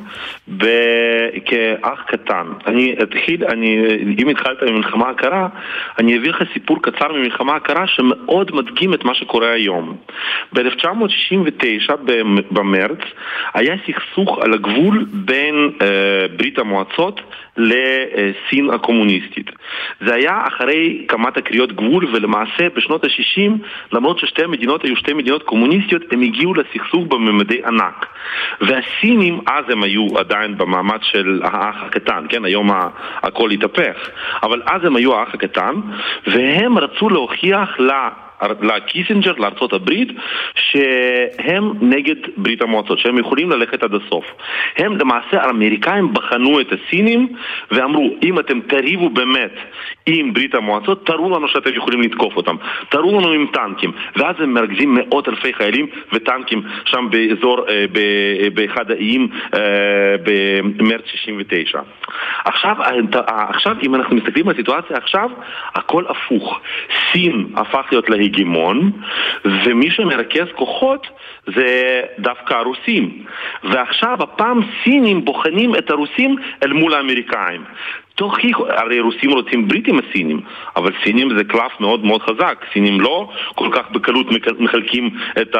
כאח קטן. אם התחלת ממלחמה הקרה, אני אביא לך סיפור קצר ממלחמה הקרה שמאוד מדגים את מה שקורה היום. ב-1969 במרץ היה סכסוך על הגבול בין ברית המועצות לסין הקומוניסטית. זה היה אחרי כמה תקריות גבול, ולמעשה בשנות ה-60, למרות ששתי המדינות היו שתי מדינות קומוניסטיות, הם הגיעו לסכסוך בממדי ענק. והסינים אז הם היו עדיין במעמד של האח הקטן, כן, היום הכל התהפך, אבל אז הם היו האח הקטן, והם רצו להוכיח לקיסינג'ר, לארצות הברית, שהם נגד ברית המועצות, שהם יכולים ללכת עד הסוף. הם למעשה, האמריקאים בחנו את הסינים ואמרו, אם אתם תריבו באמת עם ברית המועצות, תראו לנו שאתם יכולים לתקוף אותם, תראו לנו עם טנקים. ואז הם מרכזים מאות אלפי חיילים וטנקים שם באזור, באחד האיים במרץ 69. עכשיו, אם אנחנו מסתכלים על הסיטואציה עכשיו, הכל הפוך. סין הפך להיות להגימון, ומי שמרכז כוחות זה דווקא הרוסים. ועכשיו הפעם סינים בוחנים את הרוסים אל מול האמריקאים. תוכיחו, הרי רוסים רוצים ברית עם הסינים, אבל סינים זה קלף מאוד מאוד חזק, סינים לא כל כך בקלות מחלקים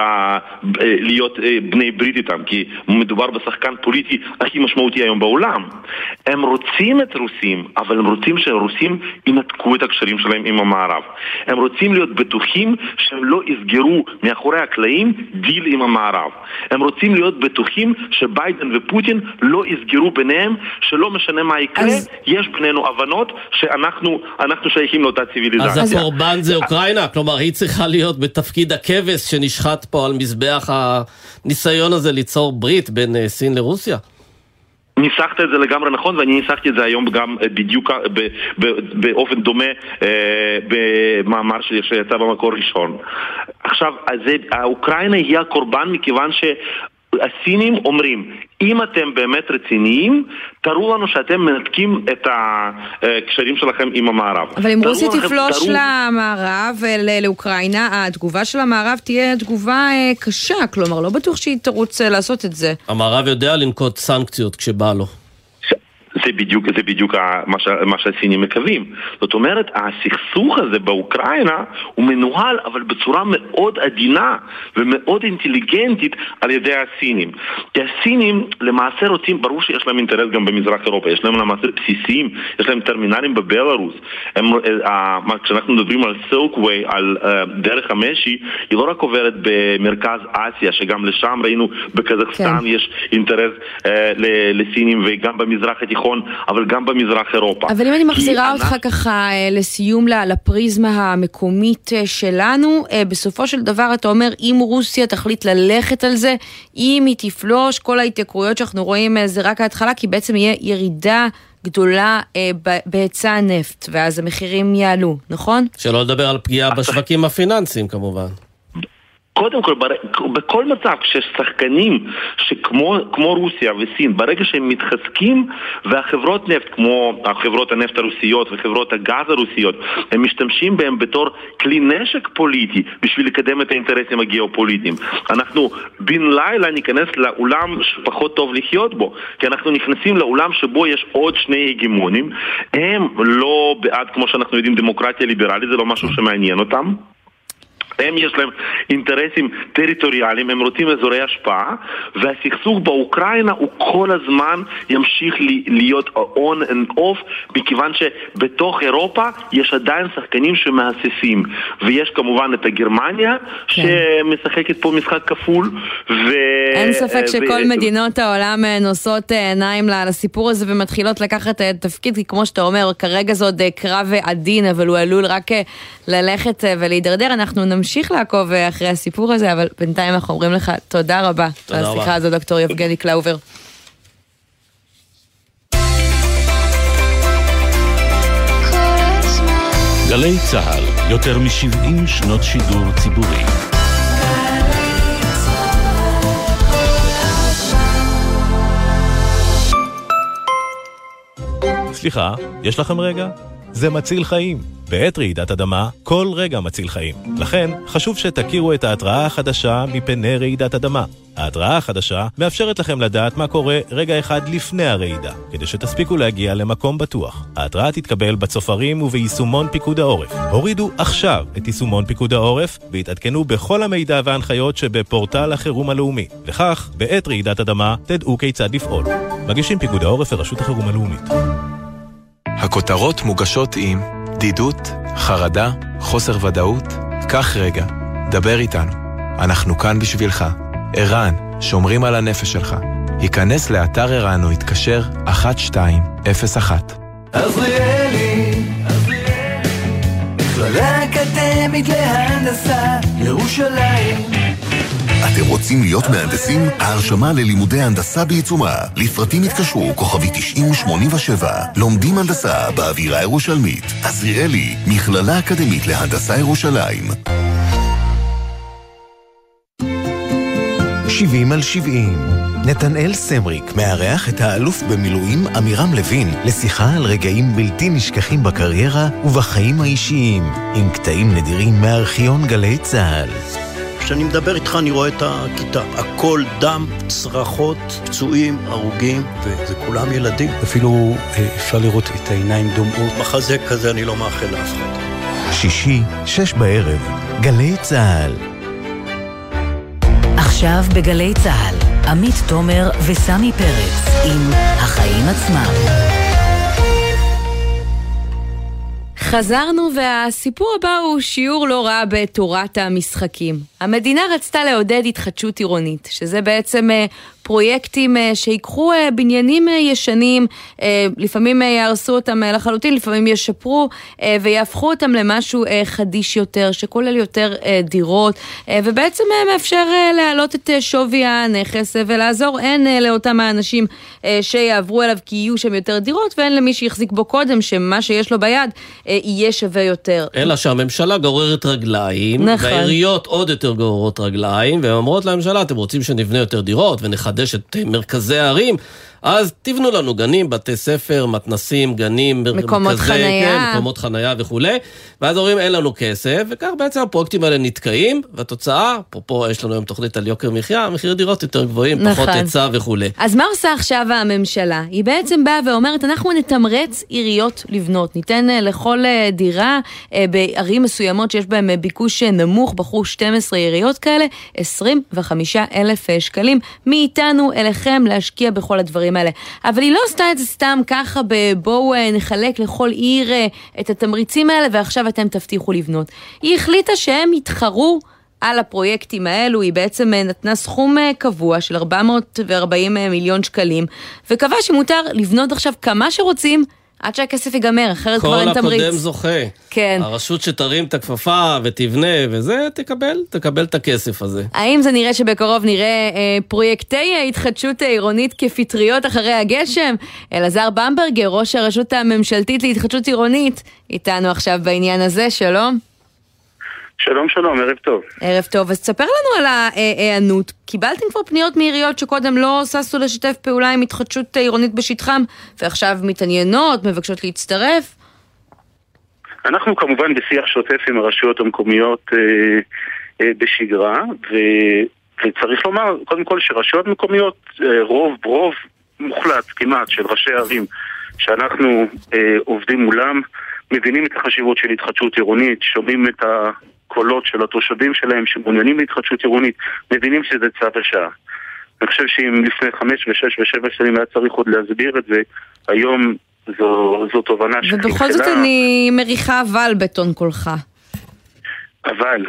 להיות בני ברית איתם, כי מדובר בשחקן פוליטי הכי משמעותי היום בעולם. הם רוצים את רוסים, אבל הם רוצים שהרוסים ינתקו את הקשרים שלהם עם המערב. הם רוצים להיות בטוחים שהם לא יסגרו מאחורי הקלעים דיל עם המערב. הם רוצים להיות בטוחים שביידן ופוטין לא יסגרו ביניהם, שלא משנה מה יקרה, יש בינינו הבנות שאנחנו שייכים לאותה ציוויליזציה. אז הקורבן זה אוקראינה, כלומר היא צריכה להיות בתפקיד הכבש שנשחט פה על מזבח הניסיון הזה ליצור ברית בין סין לרוסיה. ניסחת את זה לגמרי נכון, ואני ניסחתי את זה היום גם בדיוק באופן דומה במאמר שיצא במקור ראשון. עכשיו, האוקראינה היא הקורבן מכיוון הסינים אומרים, אם אתם באמת רציניים, תראו לנו שאתם מנתקים את הקשרים שלכם עם המערב. אבל אם רוסיה תפלוש למערב, לאוקראינה, התגובה של המערב תהיה תגובה קשה, כלומר, לא בטוח שהיא תרוץ לעשות את זה. המערב יודע לנקוט סנקציות כשבא לו. זה בדיוק מה שהסינים מקווים. זאת אומרת, הסכסוך הזה באוקראינה הוא מנוהל, אבל בצורה מאוד עדינה ומאוד אינטליגנטית על ידי הסינים. כי הסינים למעשה רוצים, ברור שיש להם אינטרס גם במזרח אירופה, יש להם למעשה בסיסים, יש להם טרמינלים בבלרוס. כשאנחנו מדברים על סילקווי, על דרך המשי, היא לא רק עוברת במרכז אסיה, שגם לשם ראינו בקזחסטן יש אינטרס לסינים, וגם במזרח התיכון, אבל גם במזרח אירופה. אבל אם אני מחזירה אותך ככה לסיום לפריזמה המקומית שלנו, בסופו של דבר אתה אומר, אם רוסיה תחליט ללכת על זה, אם היא תפלוש, כל ההתייקרויות שאנחנו רואים זה רק ההתחלה, כי בעצם יהיה ירידה גדולה בהיצע הנפט, ואז המחירים יעלו, נכון? שלא לדבר על פגיעה בשווקים הפיננסיים כמובן. קודם כל, בכל מצב, כששחקנים כמו רוסיה וסין, ברגע שהם מתחזקים, והחברות נפט, כמו החברות הנפט הרוסיות וחברות הגז הרוסיות, הם משתמשים בהם בתור כלי נשק פוליטי, בשביל לקדם את האינטרסים הגיאופוליטיים. אנחנו בן לילה ניכנס לאולם שפחות טוב לחיות בו, כי אנחנו נכנסים לאולם שבו יש עוד שני הגמונים, הם לא בעד, כמו שאנחנו יודעים, דמוקרטיה ליברלית, זה לא משהו שמעניין אותם. הם יש להם אינטרסים טריטוריאליים, הם רוצים אזורי השפעה, והסכסוך באוקראינה הוא כל הזמן ימשיך להיות on and off, מכיוון שבתוך אירופה יש עדיין שחקנים שמאססים, ויש כמובן את הגרמניה שמשחקת פה משחק כפול, אין ספק שכל מדינות העולם נושאות עיניים לסיפור הזה ומתחילות לקחת תפקיד, כי כמו שאתה אומר, כרגע זה עוד קרב עדין, אבל הוא עלול רק ללכת ולהידרדר. אנחנו נמשיך לעקוב אחרי הסיפור הזה, אבל בינתיים אנחנו אומרים לך תודה רבה על השיחה הזו, דוקטור יבגני קלאובר. גלי צהל, יותר מ-70 שנות שידור ציבורי. סליחה, יש לכם רגע? זה מציל חיים. בעת רעידת אדמה, כל רגע מציל חיים. לכן, חשוב שתכירו את ההתראה החדשה מפני רעידת אדמה. ההתראה החדשה מאפשרת לכם לדעת מה קורה רגע אחד לפני הרעידה, כדי שתספיקו להגיע למקום בטוח. ההתראה תתקבל בצופרים וביישומון פיקוד העורף. הורידו עכשיו את יישומון פיקוד העורף, והתעדכנו בכל המידע וההנחיות שבפורטל החירום הלאומי. לכך, בעת רעידת אדמה, תדעו כיצד לפעול. מגישים פיקוד העורף ורשות החירום הלאומית. הכותרות מוגשות עם בדידות, חרדה, חוסר ודאות. קח רגע, דבר איתנו. אנחנו כאן בשבילך. ערן, שומרים על הנפש שלך. היכנס לאתר ערן או התקשר 1201. עזריאלי, מכללה אקדמית להנדסה, ירושלים. אתם רוצים להיות מהנדסים? ההרשמה ללימודי הנדסה בעיצומה. לפרטים התקשרו כוכבי 9087. לומדים הנדסה באווירה ירושלמית. עזריאלי, מכללה אקדמית להנדסה ירושלים. 70/70. נתנאל סמריק מארח את האלוף במילואים אמירם לוין לשיחה על רגעים בלתי נשכחים בקריירה ובחיים האישיים, עם קטעים נדירים מארכיון גלי צהל. כשאני מדבר איתך אני רואה את הכיתה. הכל דם, צרחות, פצועים, הרוגים, וזה כולם ילדים. אפילו אפשר לראות את העיניים דומעות. מחזה כזה אני לא מאחל לאף אחד. שישי, 6 בערב, גלי צהל. עכשיו בגלי צהל, עמית תומר וסמי פרץ עם החיים עצמם. חזרנו והסיפור הבא הוא שיעור לא רע בתורת המשחקים. המדינה רצתה לעודד התחדשות עירונית, שזה בעצם פרויקטים שיקחו בניינים ישנים, לפעמים יהרסו אותם לחלוטין, לפעמים ישפרו ויהפכו אותם למשהו חדיש יותר, שכולל יותר דירות, ובעצם מאפשר להעלות את שווי הנכס ולעזור הן לאותם האנשים שיעברו אליו כי יהיו שם יותר דירות, והן למי שיחזיק בו קודם שמה שיש לו ביד יהיה שווה יותר. אלא שהממשלה גוררת רגליים, והעיריות עוד יותר גוררות רגליים, והן אומרות לממשלה, אתם רוצים שנבנה יותר דירות ונחדש את מרכזי הערים, אז תבנו לנו גנים, בתי ספר, מתנסים, גנים, מקומות חנייה. כן, מקומות חנייה וכו'. ואז אומרים, אין לנו כסף, וכך בעצם הפרויקטים האלה נתקעים, והתוצאה, פה יש לנו היום תוכנית על יוקר מחיה, מחיר דירות יותר גבוהים, נכון. פחות היצע וכו'. אז מה עושה עכשיו הממשלה? היא בעצם באה ואומרת, אנחנו נתמרץ עיריות לבנות, ניתן לכל דירה בערים מסוימות שיש בהן ביקוש נמוך, בחרו 12 עיריות כאלה, 25,000 שקלים, מאיתנו אליכם להשקיע בכל הדברים האלה. אבל היא לא עשתה את זה סתם ככה, בואו נחלק לכל עיר את התמריצים האלה, ועכשיו אתם תבטיחו לבנות. היא החליטה שהם יתחרו על הפרויקטים האלו, היא בעצם נתנה סכום קבוע של 440 מיליון שקלים, וקבע שמותר לבנות עכשיו כמה שרוצים, עד שהכסף ייגמר, אחרת כבר אין תמריץ. כל הקודם זוכה. כן. הרשות שתרים את הכפפה ותבנה וזה, תקבל את הכסף הזה. האם זה נראה שבקרוב נראה פרויקטי התחדשות עירונית כפטריות אחרי הגשם? אלעזר במברגר, ראש הרשות הממשלתית להתחדשות עירונית, איתנו עכשיו בעניין הזה, שלום. שלום, שלום, ערב טוב. ערב טוב, אז תספר לנו על הענות. קיבלתם כבר פניות מעיריות שקודם לא ששו לשתף פעולה עם התחדשות עירונית בשטחם, ועכשיו מתעניינות, מבקשות להצטרף? אנחנו כמובן בשיח שוטף עם הרשויות המקומיות בשגרה, וצריך לומר, קודם כל שרשויות מקומיות, רוב מוחלט כמעט של ראשי ערים שאנחנו עובדים מולם, מבינים את החשיבות של התחדשות עירונית, שומעים את הקולות של התושבים שלהם שמעוניינים להתחדשות עירונית, מבינים שזה צו השעה. אני חושב שאם לפני 5 ו6 ו7 שנים היה צריך עוד להסביר את זה, היום זו תובנה שחלחלה. ובכל זאת אני מריחה אבל בטון קולך. אבל,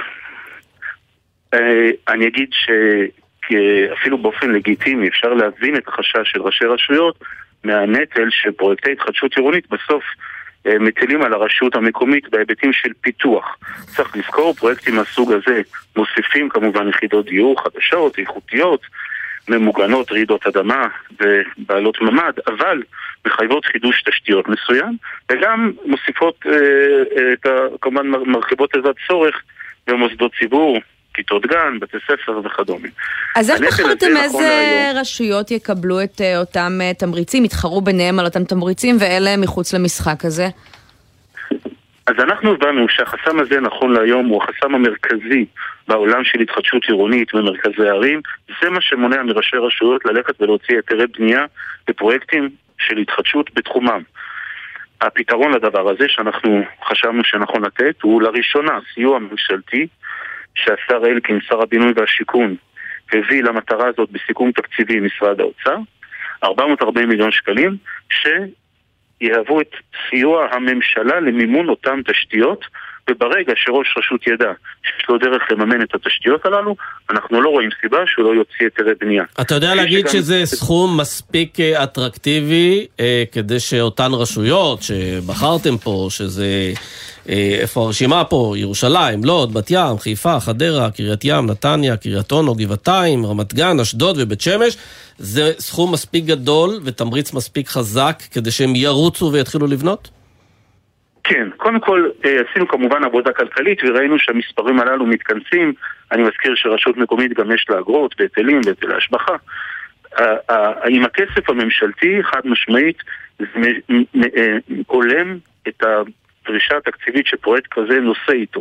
אני אגיד שאפילו באופן לגיטימי אפשר להבין את החשש של ראשי רשויות מהנטל שפרויקטי התחדשות עירונית בסוף מטילים על הרשות המקומית בהיבטים של פיתוח. צריך לזכור, פרויקטים מהסוג הזה מוסיפים כמובן יחידות דיור חדשות, איכותיות, ממוגנות, רעידות אדמה ובעלות ממד, אבל מחייבות חידוש תשתיות מסוים, וגם מוסיפות כמובן מרחיבות איזה צורך במוסדות ציבור, כיתות גן, בתי ספר וכדומה. אז איך בחרתם איזה רשויות יקבלו את אותם תמריצים, יתחרו ביניהם על אותם תמריצים, ואלה מחוץ למשחק הזה? אז אנחנו הבנו שהחסם הזה נכון להיום הוא החסם המרכזי בעולם של התחדשות עירונית במרכזי הערים. זה מה שמונע מראשי רשויות ללכת ולהוציא היתרי בנייה בפרויקטים של התחדשות בתחומם. הפתרון לדבר הזה שאנחנו חשבנו שנכון לתת הוא לראשונה סיוע ממשלתי שהשר אלקין, שר הבינוי והשיכון, הביא למטרה הזאת בסיכום תקציבי עם משרד האוצר, 440 מיליון שקלים, שיהוו את סיוע הממשלה למימון אותם תשתיות, וברגע שראש רשות ידע שיש לו דרך לממן את התשתיות הללו, אנחנו לא רואים סיבה שהוא לא יוציא היתרי בנייה. אתה יודע להגיד שזה סכום מספיק אטרקטיבי, כדי שאותן רשויות שבחרתם פה, שזה... איפה הרשימה פה? ירושלים, לוד, בת ים, חיפה, חדרה, קריית ים, נתניה, קריית אונו, גבעתיים, רמת גן, אשדוד ובית שמש. זה סכום מספיק גדול ותמריץ מספיק חזק כדי שהם ירוצו ויתחילו לבנות? כן, קודם כל עשינו כמובן עבודה כלכלית וראינו שהמספרים הללו מתכנסים. אני מזכיר שרשות מקומית גם יש לה אגרות, בהיטלים, בהיטלי השבחה. עם הכסף הממשלתי, חד משמעית, זה עולם את הדרישה התקציבית שפרויקט כזה נושא איתו.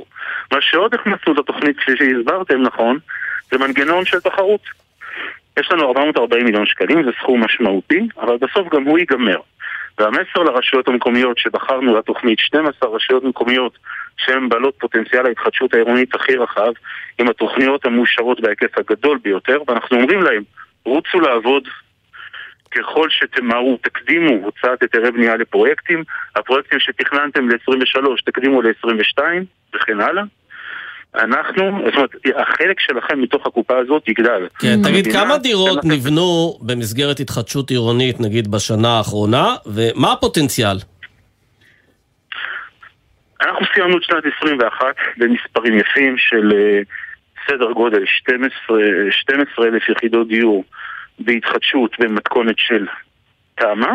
מה שעוד הכנסנו לתוכנית, כפי שהסברתם נכון, זה מנגנון של תחרות. יש לנו 440 מיליון שקלים, זה סכום משמעותי, אבל בסוף גם הוא ייגמר. והמסר לרשויות המקומיות שבחרנו לתוכנית, 12 רשויות מקומיות שהן בעלות פוטנציאל ההתחדשות העירונית הכי רחב, עם התוכניות המאושרות בהיקף הגדול ביותר, ואנחנו אומרים להם, רוצו לעבוד ככל שתמהרו, תקדימו הוצאת היתרי בנייה לפרויקטים, הפרויקטים שתכננתם ל-23 תקדימו ל-22 וכן הלאה. זאת אומרת, החלק שלכם מתוך הקופה הזאת יגדל. כן, תגיד, כמה דירות נבנו במסגרת התחדשות עירונית, נגיד בשנה האחרונה, ומה הפוטנציאל? אנחנו סיימנו את שנת 21 במספרים יפים של סדר גודל 12,000 יחידות דיור בהתחדשות במתכונת של תאמה,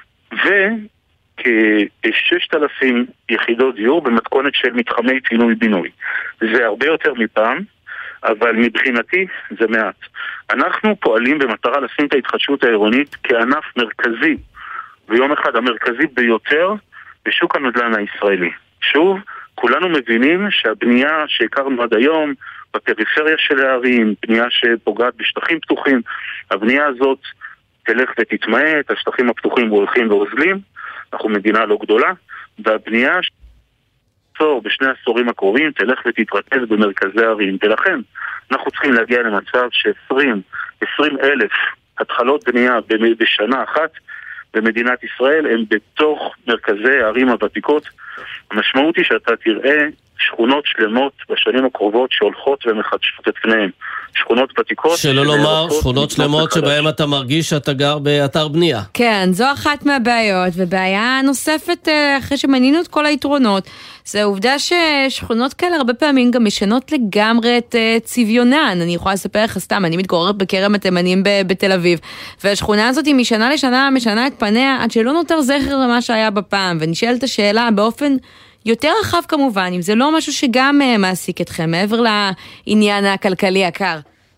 וכ-6,000 יחידות דיור במתכונת של מתחמי פינוי-בינוי. זה הרבה יותר מפעם, אבל מבחינתי זה מעט. אנחנו פועלים במטרה לשים את ההתחדשות העירונית כענף מרכזי, ויום אחד המרכזי ביותר בשוק הנדל"ן הישראלי. שוב, כולנו מבינים שהבנייה שהכרנו עד היום בפריפריה של הערים, בנייה שפוגעת בשטחים פתוחים, הבנייה הזאת תלך ותתמעט, השטחים הפתוחים הולכים ואוזלים, אנחנו מדינה לא גדולה, והבנייה בשני העשורים הקרובים תלך ותתרכז במרכזי הערים, ולכן אנחנו צריכים להגיע למצב ש20,000 התחלות בנייה בשנה אחת במדינת ישראל הם בתוך מרכזי הערים הוותיקות. המשמעות היא שאתה תראה שכונות שלמות בשנים הקרובות שהולכות ומחדשות את פניהם. שכונות ותיקות. שלא לומר, שכונות שלמות שבהם אתה מרגיש שאתה גר באתר בנייה. כן, זו אחת מהבעיות, ובעיה נוספת אחרי שמנינו את כל היתרונות, זה העובדה ששכונות כאלה הרבה פעמים גם משנות לגמרי את צביונן. אני יכולה לספר לך סתם, אני מתגוררת בכרם התימנים בתל אביב, והשכונה הזאת היא משנה לשנה משנה את פניה עד שלא נותר זכר למה שהיה בפעם, ונשאלת השאלה באופן יותר רחב כמובן, אם זה לא משהו שגם מעסיק אתכם, מעבר לעניין הכלכלי הקר.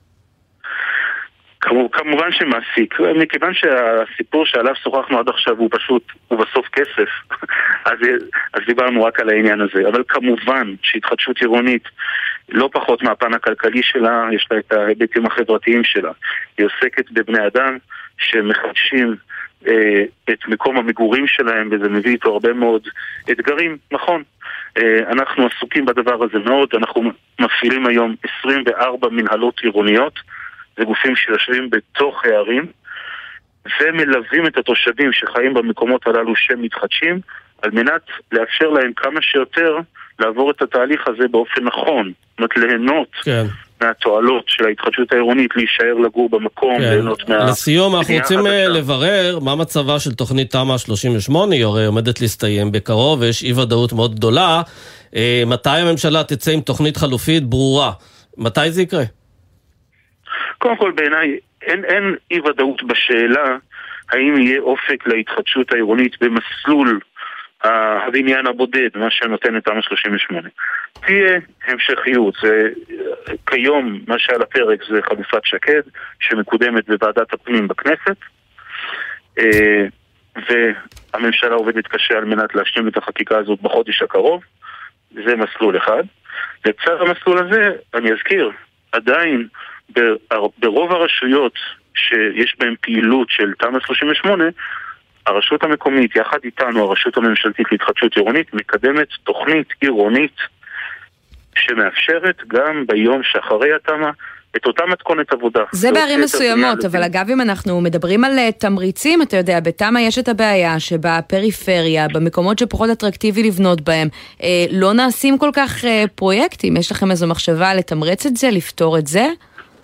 כמובן שמעסיק, מכיוון שהסיפור שעליו שוחחנו עד עכשיו הוא פשוט, הוא בסוף כסף, אז דיברנו רק על העניין הזה, אבל כמובן שהתחדשות עירונית לא פחות מהפן הכלכלי שלה, יש לה את ההיבטים החברתיים שלה, היא עוסקת בבני אדם שמחדשים את מקום המגורים שלהם, וזה מביא איתו הרבה מאוד אתגרים, נכון. אנחנו עסוקים בדבר הזה מאוד, אנחנו מפעילים היום 24 מנהלות עירוניות, זה גופים שיושבים בתוך הערים, ומלווים את התושבים שחיים במקומות הללו שמתחדשים, על מנת לאפשר להם כמה שיותר לעבור את התהליך הזה באופן נכון, זאת אומרת ליהנות מהתועלות של ההתחדשות העירונית, להישאר לגור במקום, ליהנות מה... לסיום, אנחנו רוצים לברר מה מצבה של תוכנית תמ"א 38, היא הרי עומדת להסתיים בקרוב, ויש אי ודאות מאוד גדולה. מתי הממשלה תצא עם תוכנית חלופית ברורה? מתי זה יקרה? קודם כל בעיניי אין אי ודאות בשאלה האם יהיה אופק להתחדשות העירונית במסלול הבניין הבודד, מה שנותן את תמ"א 38. תהיה המשכיות. כיום מה שעל הפרק זה חלופת שקד שמקודמת בוועדת הפנים בכנסת, והממשלה עובדת קשה על מנת להשלים את החקיקה הזאת בחודש הקרוב. זה מסלול אחד. לצד המסלול הזה אני אזכיר, עדיין ברוב הרשויות שיש בהן פעילות של תמ"א 38, הרשות המקומית, יחד איתנו, הרשות הממשלתית להתחדשות עירונית, מקדמת תוכנית עירונית שמאפשרת גם ביום שאחרי התמ"א את אותה מתכונת עבודה. זה בערים מסוימות, אבל אגב אם אנחנו מדברים על תמריצים, אתה יודע, בתמ"א יש את הבעיה שבפריפריה, במקומות שפחות אטרקטיבי לבנות בהם, לא נעשים כל כך פרויקטים. יש לכם איזו מחשבה לתמרץ את זה, לפתור את זה?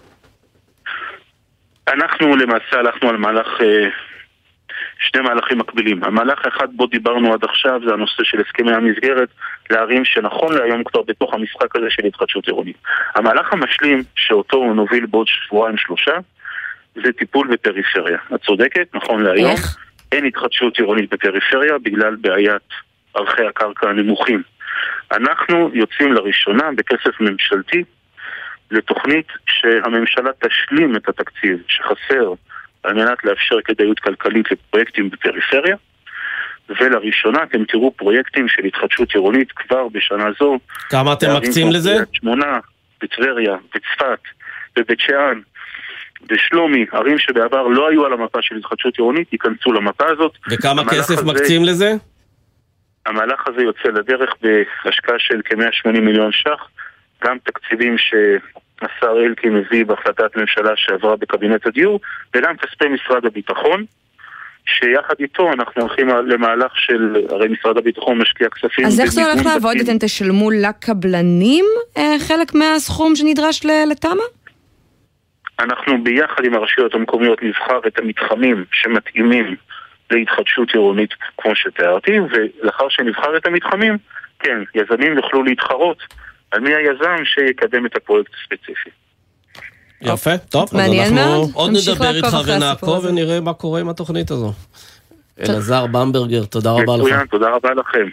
אנחנו למעשה הלכנו על שני מהלכים מקבילים. המהלך אחד בו דיברנו עד עכשיו זה הנושא של הסכמי המסגרת לערים שנכון להיום כבר בתוך המשחק הזה של התחדשות עירונית. המהלך המשלים שאותו נוביל בעוד 2-3 זה טיפול בפריפריה. את צודקת, נכון להיום אין התחדשות עירונית בפריפריה בגלל בעיית ערכי הקרקע הנמוכים. אנחנו יוצאים לראשונה בכסף ממשלתי לתוכנית שהממשלה תשלים את התקציב שחסר על מנת לאפשר כדאיות כלכלית לפרויקטים בפריפריה, ולראשונה אתם תראו פרויקטים של התחדשות עירונית כבר בשנה זו. כמה אתם מקצים לזה? שמונה, בטבריה, בצפת, בבית שאן, בשלומי, ערים שבעבר לא היו על המפה של התחדשות עירונית, ייכנסו למפה הזאת. וכמה כסף מקצים לזה? המהלך הזה יוצא לדרך בהשקעה של כ-180 מיליון ש"ח, גם תקציבים שהשר אלקין מביא בהחלטת ממשלה שעברה בקבינט הדיור, וגם כספי משרד הביטחון, שיחד איתו אנחנו הולכים למהלך של, הרי משרד הביטחון משקיע כספים. אז איך זה הולך לעבוד? אתם תשלמו לקבלנים חלק מהסכום שנדרש לתמה? אנחנו ביחד עם הרשויות המקומיות נבחר את המתחמים שמתאימים להתחדשות עירונית כמו שתיארתי, ולאחר שנבחר את המתחמים, כן, יזמים יוכלו להתחרות על מי היזם שיקדם את הפרויקט הספציפי. יפה, טוב, אז אנחנו עוד נדבר איתך ונעקוב ונראה מה קורה עם התוכנית הזו. אלעזר במברגר, תודה רבה לך. תודה רבה לכם.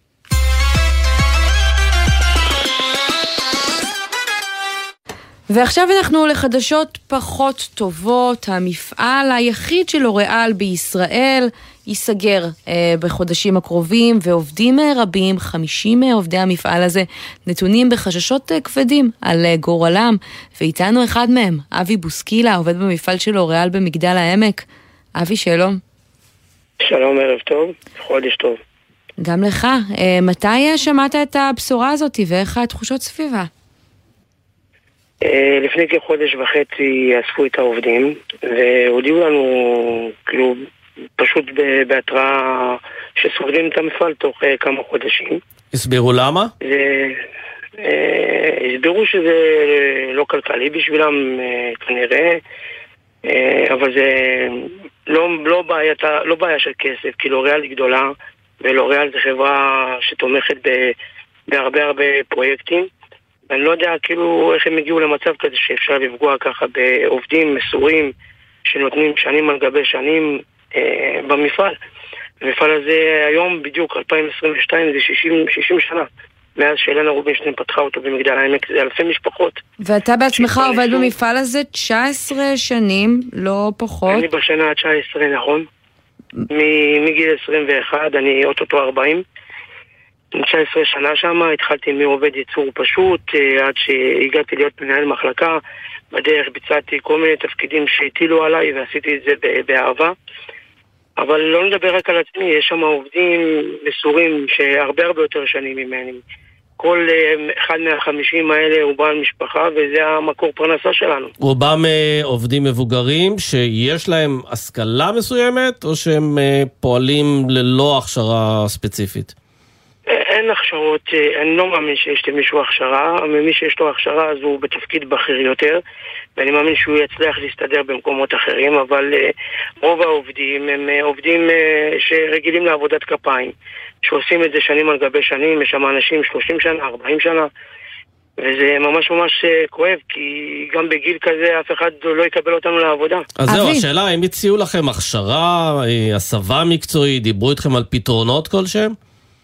ועכשיו אנחנו לחדשות פחות טובות. המפעל היחיד של לוריאל בישראל ייסגר בחודשים הקרובים, ועובדים רבים, 50 עובדי המפעל הזה, נתונים בחששות כבדים על גורלם, ואיתנו אחד מהם, אבי בוסקילה, עובד במפעל של לוריאל במגדל העמק. אבי, שלום. שלום, ערב טוב, חודש טוב. גם לך. מתי שמעת את הבשורה הזאת ואיך התחושות סביבה? לפני כחודש וחצי אספו את העובדים והודיעו לנו כאילו פשוט בהתראה שסוגרים את המפעל תוך כמה חודשים. הסבירו למה? הסבירו שזה לא כלכלי בשבילם כנראה, אבל זה לא בעיה של כסף, כי לוריאל היא גדולה ולוריאל זה חברה שתומכת בהרבה פרויקטים. אני לא יודע כאילו איך הם הגיעו למצב כזה שאפשר לפגוע ככה בעובדים מסורים שנותנים שנים על גבי שנים במפעל. המפעל הזה היום בדיוק 2022 זה 60 שנה מאז שאלנה רובינשטיין פתחה אותו במגדל העמק, זה אלפי משפחות. ואתה בעצמך עובד במפעל הזה 19 שנים, לא פחות. אני בשנה ה-19, נכון. מגיל 21, אני אוטוטו 40. 19 שנה שם, התחלתי מעובד ייצור פשוט, עד שהגעתי להיות מנהל מחלקה. בדרך ביצעתי כל מיני תפקידים שהטילו עליי ועשיתי את זה באהבה. אבל לא נדבר רק על עצמי, יש שם עובדים מסורים שהרבה יותר שנים ממני. כל אחד מה50 האלה הוא בעל משפחה, וזה המקור פרנסה שלנו. רובם עובדים מבוגרים שיש להם השכלה מסוימת, או שהם פועלים ללא הכשרה ספציפית? אין הכשרות, אני לא מאמין שיש למישהו הכשרה, מי שיש לו הכשרה אז הוא בתפקיד בכיר יותר, ואני מאמין שהוא יצליח להסתדר במקומות אחרים, אבל רוב העובדים הם עובדים שרגילים לעבודת כפיים, שעושים את זה שנים על גבי שנים, יש שם אנשים 30 שנה, 40 שנה, וזה ממש כואב, כי גם בגיל כזה אף אחד לא יקבל אותנו לעבודה. אז זהו, השאלה, הם הציעו לכם הכשרה, הסבה מקצועית, דיברו איתכם על פתרונות כלשהם?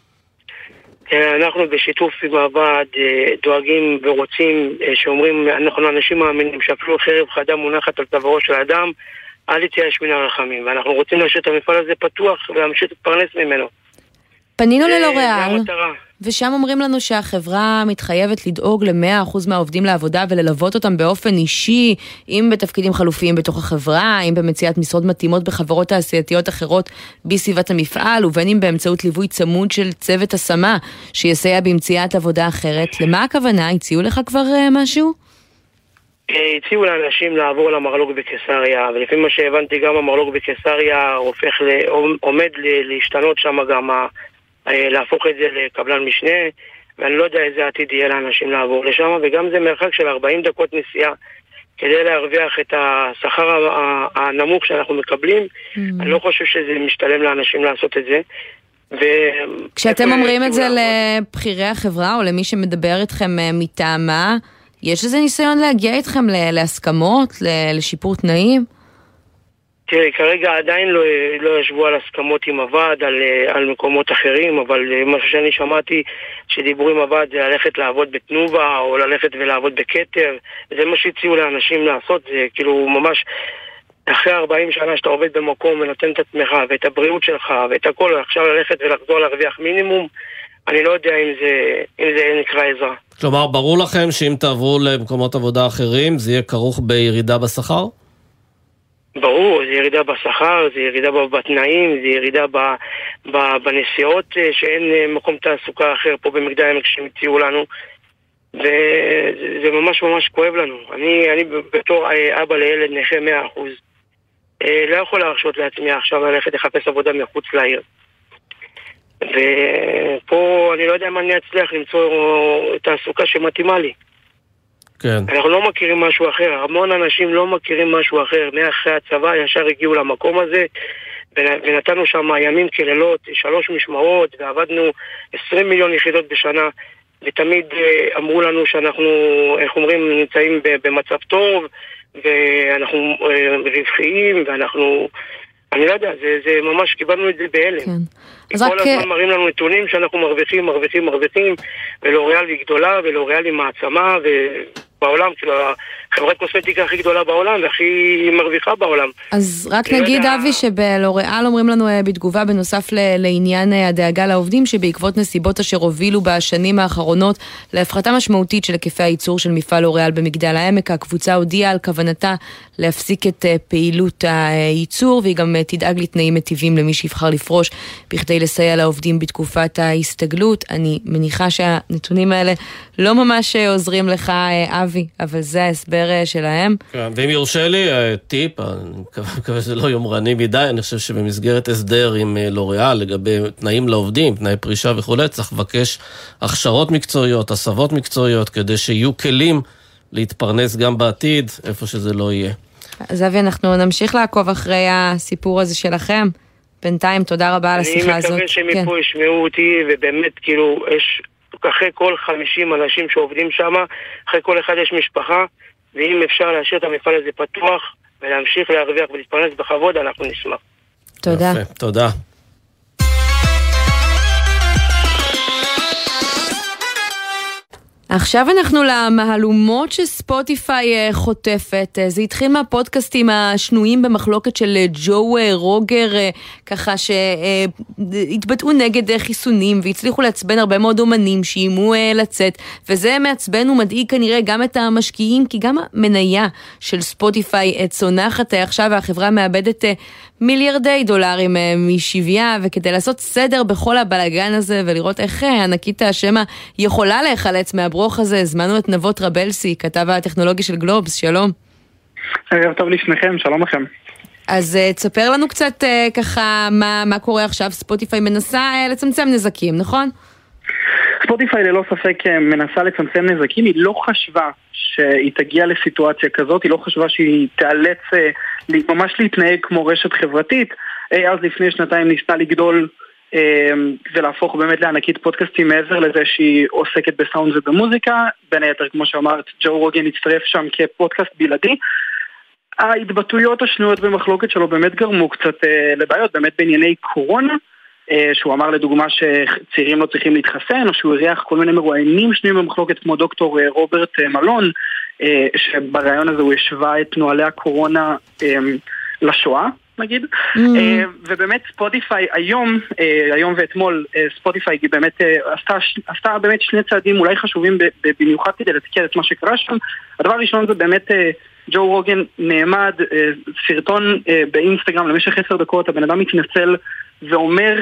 אנחנו בשיתוף עם הוועד דואגים ורוצים שאומרים, אנחנו אנשים מאמינים שאפילו חרב חדה מונחת על צווארו של האדם, אל יתייאש מן הרחמים, ואנחנו רוצים להשאיר את המפעל הזה פתוח ולהמשיך להתפרנס ממנו. פנינו ללוריאל, ושם אומרים לנו שהחברה מתחייבת לדאוג ל100% מהעובדים לעבודה וללוות אותם באופן אישי, אם בתפקידים חלופיים בתוך החברה, אם במציאת משרות מתאימות בחברות תעשייתיות אחרות בסביבת המפעל, ובין אם באמצעות ליווי צמוד של צוות השמה שיסייע במציאת עבודה אחרת. למה הכוונה? הציעו לך כבר משהו? הציעו לאנשים לעבור למרלוג בקיסריה, ולפי מה שהבנתי גם המרלוג בקיסריה עומד להשתנות שם גם להפוך את זה לקבלן משנה, ואני לא יודע איזה עתיד יהיה לאנשים לעבור לשם, וגם זה מרחק של 40 דקות נסיעה כדי להרוויח את השכר הנמוך שאנחנו מקבלים. אני לא חושב שזה משתלם לאנשים לעשות את זה. כשאתם אומרים את זה לבחירי החברה או למי שמדבר איתכם מטעמה, יש איזה ניסיון להגיע איתכם להסכמות, לשיפור תנאים? תראי, כרגע עדיין לא ישבו על הסכמות עם הוועד, על מקומות אחרים, אבל משהו שאני שמעתי שדיברו עם הוועד זה ללכת לעבוד בתנובה, או ללכת ולעבוד בכתר, זה מה שהציעו לאנשים לעשות, זה כאילו ממש אחרי 40 שנה שאתה עובד במקום ונותן את עצמך ואת הבריאות שלך ואת הכל, עכשיו ללכת ולחזור להרוויח מינימום, אני לא יודע אם זה נקרא עזרה. כלומר, ברור לכם שאם תעברו למקומות עבודה אחרים, זה יהיה כרוך בירידה בשכר? ברור, זה ירידה בשכר, זה ירידה בתנאים, זה ירידה בנסיעות, שאין מקום תעסוקה אחר פה במגדל העמק שמציעו לנו, וזה ממש ממש כואב לנו. אני בתור אבא לילד נכה 100%, לא יכול להרשות לעצמי עכשיו ללכת לחפש עבודה מחוץ לעיר. ופה אני לא יודע אם אני אצליח למצוא תעסוקה שמתאימה לי. כן. אנחנו לא מכירים משהו אחר, המון אנשים לא מכירים משהו אחר. מאחרי הצבא ישר הגיעו למקום הזה ונתנו שם ימים כלילות, 3 משמרות, ועבדנו 20 מיליון יחידות בשנה, ותמיד אמרו לנו שאנחנו, איך אומרים, נמצאים במצב טוב ואנחנו רווחיים ואנחנו, אני לא יודע, זה ממש קיבלנו את זה בהלם. כן. כל הזמן מראים לנו נתונים שאנחנו מרוויחים, ולוריאל היא גדולה, ולוריאל היא מעצמה, ובעולם, כאילו, חברת קוסמטיקה הכי גדולה בעולם, והכי מרוויחה בעולם. אז רק נגיד, אבי, שבלוריאל אומרים לנו בתגובה, בנוסף לעניין הדאגה לעובדים, שבעקבות נסיבות אשר הובילו בשנים האחרונות, להפחתה משמעותית של היקפי הייצור של מפעל לוריאל במגדל העמק, הקבוצה הודיעה על כוונתה להפסיק את פעילות הייצור, והיא גם תדאג לתנאים מטיבים למי שיבחר לפרוש, בכדי לסייע לעובדים בתקופת ההסתגלות. אני מניחה שהנתונים האלה לא ממש עוזרים לך, אבי, אבל זה ההסבר שלהם. כן, ואם יורשה לי, טיפ, אני מקווה שזה לא יומרני מדי, אני חושב שבמסגרת הסדר עם לוריאל, לגבי תנאים לעובדים, תנאי פרישה וכו', צריך לבקש הכשרות מקצועיות, הסבות מקצועיות, כדי שיהיו כלים להתפרנס גם בעתיד, איפה שזה לא יהיה. אז אבי, אנחנו נמשיך לעקוב אחרי הסיפור הזה שלכם. בינתיים, תודה רבה על השיחה הזאת. אני מקווה שמפה ישמעו אותי, ובאמת, כאילו, יש אחרי כל 50 אנשים שעובדים שם, אחרי כל אחד יש משפחה, ואם אפשר להשאיר את המפעל הזה פתוח, ולהמשיך להרוויח ולהתפרנס בכבוד, אנחנו נשמח. תודה. יפה, תודה. עכשיו אנחנו למהלומות שספוטיפיי חוטפת. זה התחיל מהפודקאסטים השנויים במחלוקת של ג'ו רוגר, ככה שהתבטאו נגד חיסונים והצליחו לעצבן הרבה מאוד אומנים שאימו לצאת, וזה מעצבן ומדאיג כנראה גם את המשקיעים, כי גם המניה של ספוטיפיי צונחת עכשיו, והחברה מאבדת מיליארדי דולרים משוויה, וכדי לעשות סדר בכל הבלגן הזה ולראות איך ענקית השמה יכולה להיחלץ מהברוך הזה, הזמנו את נבות רבלסי, כתב הטכנולוגי של גלובס. שלום. ערב טוב לשניכם, שלום לכם. אז תספר לנו קצת ככה מה קורה עכשיו. ספוטיפיי מנסה לצמצם נזקים, נכון? ספוטיפיי ללא ספק מנסה לצמצם נזקים. היא לא חשבה שהיא תגיע לסיטואציה כזאת, היא לא חשבה שהיא תיאלץ ממש להתנהג כמו רשת חברתית. אז לפני 2 ניסתה לגדול ולהפוך באמת לענקית פודקאסטים, מעבר לזה שהיא עוסקת בסאונד ובמוזיקה, בין היתר כמו שאמרת, ג'ו רוגן הצטרף שם כפודקאסט בלעדי. ההתבטאויות השנויות במחלוקת שלו באמת גרמו קצת לבעיות, באמת בענייני קורונה, שהוא אמר לדוגמה שצעירים לא צריכים להתחסן, או שהוא הריח כל מיני מרואיינים שנויים במחלוקת כמו דוקטור רוברט מלון, שברעיון הזה הוא השווה את נוהלי הקורונה לשואה, נגיד. ובאמת ספוטיפיי היום ואתמול ספוטיפיי באמת עשתה באמת 2 צעדים אולי חשובים במיוחד כדי לתקן את מה שקרה שם. הדבר הראשון זה באמת ג'ו רוגן נעמד, סרטון באינסטגרם למשך 10 דקות, הבן אדם מתנצל ואומר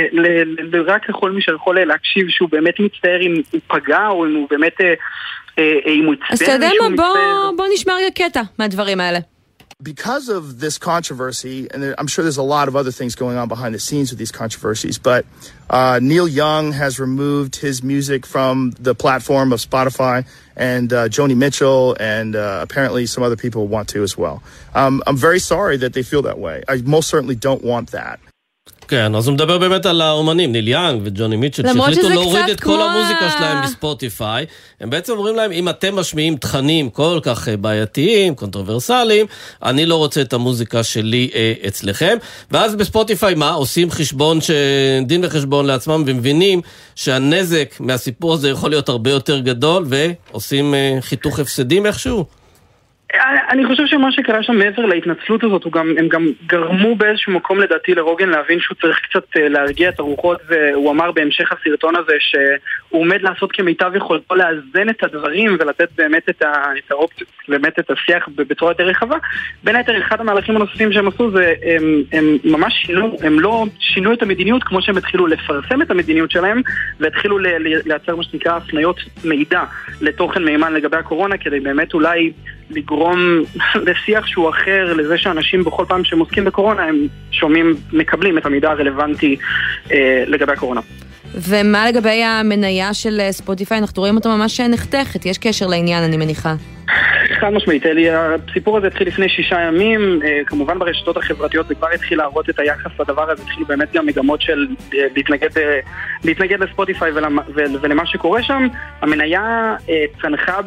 רק לכל מי שיכול להקשיב שהוא באמת מצטער אם הוא פגע או אם הוא באמת אם הוא הצטער. אז אתה יודע מה, בוא נשמע רגע קטע מהדברים האלה. Because of this controversy, and I'm sure there's a lot of other things going on behind the scenes with these controversies, but Neil Young has removed his music from the platform of Spotify, and Joni Mitchell and apparently some other people want to as well. I'm very sorry that they feel that way. I most certainly don't want that. כן, אז הוא מדבר באמת על האומנים, ניל יאנג וג'וני מיטשל, שהחליטו להוריד את כל המוזיקה שלהם בספוטיפיי. הם בעצם אומרים להם, אם אתם משמיעים תכנים כל כך בעייתיים, קונטרוברסליים, אני לא רוצה את המוזיקה שלי אצלכם. ואז בספוטיפיי מה? עושים חשבון, דין וחשבון לעצמם, ומבינים שהנזק מהסיפור הזה יכול להיות הרבה יותר גדול, ועושים חיתוך הפסדים איכשהו. אני חושב שמה שקרה שם מעבר להתנצלות הזאת, הם גם גרמו באיזשהו מקום לדעתי לרוגן להבין שהוא צריך קצת להרגיע את הרוחות, והוא אמר בהמשך הסרטון הזה שהוא עומד לעשות כמיטב יכולתו לאזן את הדברים ולתת באמת את האופציות, באמת את השיח בצורה יותר רחבה. בין היתר, אחד המהלכים הנוספים שהם עשו זה, הם ממש שינו, הם לא שינו את המדיניות כמו שהם התחילו לפרסם את המדיניות שלהם, והתחילו לייצר מה שנקרא הפניות מידע לתוכן מימן לגבי הקורונה, כדי באמת אולי לגרום לשיח שהוא אחר, לזה שאנשים בכל פעם שהם עוסקים בקורונה הם שומעים, מקבלים את המידע הרלוונטי לגבי הקורונה. ומה לגבי המניה של ספוטיפיי? אנחנו רואים אותה ממש נחתכת, יש קשר לעניין אני מניחה. חד משמעית, הסיפור הזה התחיל לפני 6 ימים, כמובן ברשתות החברתיות זה כבר התחיל להראות את היחס לדבר הזה, התחיל באמת גם מגמות של להתנגד לספוטיפיי ולמה שקורה שם. המניה צנחה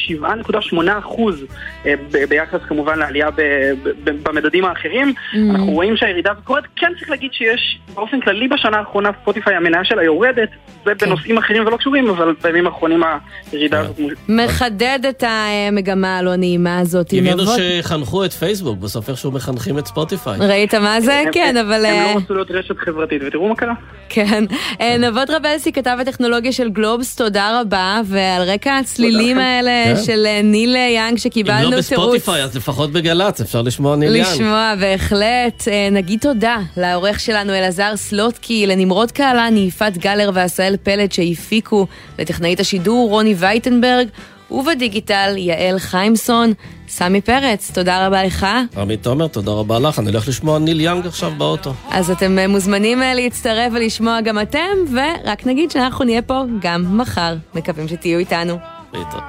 ב7.8% ביחס כמובן לעלייה במדדים האחרים. אנחנו רואים שהירידה קורית, כן צריך להגיד שיש באופן כללי בשנה האחרונה ספוטיפיי המניה שלה יורדת, זה בנושאים אחרים ולא קשורים, אבל בימים האחרונים הירידה הזאת מחדד את המגמה הלא נעימה הזאת. הבינו שחנכו את פייסבוק, בסוף איכשהו מחנכים את ספוטיפיי. ראית מה זה? כן, אבל... הם לא רצו להיות רשת חברתית, ותראו מה קרה. כן. נבות רבלסי, כתב הטכנולוגיה של גלובס, תודה רבה, ועל רקע הצלילים האלה של ניל יאנג שקיבלנו תירוץ. אם לא בספוטיפיי, אז לפחות בגלץ, אפשר לשמוע ניל יאנג. לשמוע, בהחלט. נגיד תודה לעורך שלנו אלעזר סלוטקי, לנמרוד קהלני, יפעת גלר ועשאל פלד שהפיקו, לטכנאית השידור רוני וייטנברג, ובדיגיטל יעל חיימסון. סמי פרץ, תודה רבה לך. עמית תומר, תודה רבה לך. אני הולך לשמוע ניל יאנג עכשיו באוטו. אז אתם מוזמנים להצטרף ולשמוע גם אתם, ורק נגיד שאנחנו נהיה פה גם מחר. מקווים שתהיו איתנו. להתראות.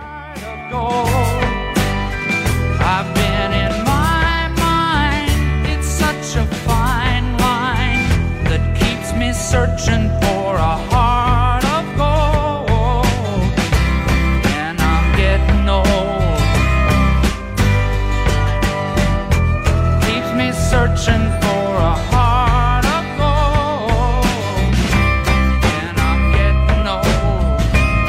I've been in my mind, it's such a fine line that keeps me searching for a heart of gold. And I'm getting old, keeps me searching for a heart of gold. And I'm getting old.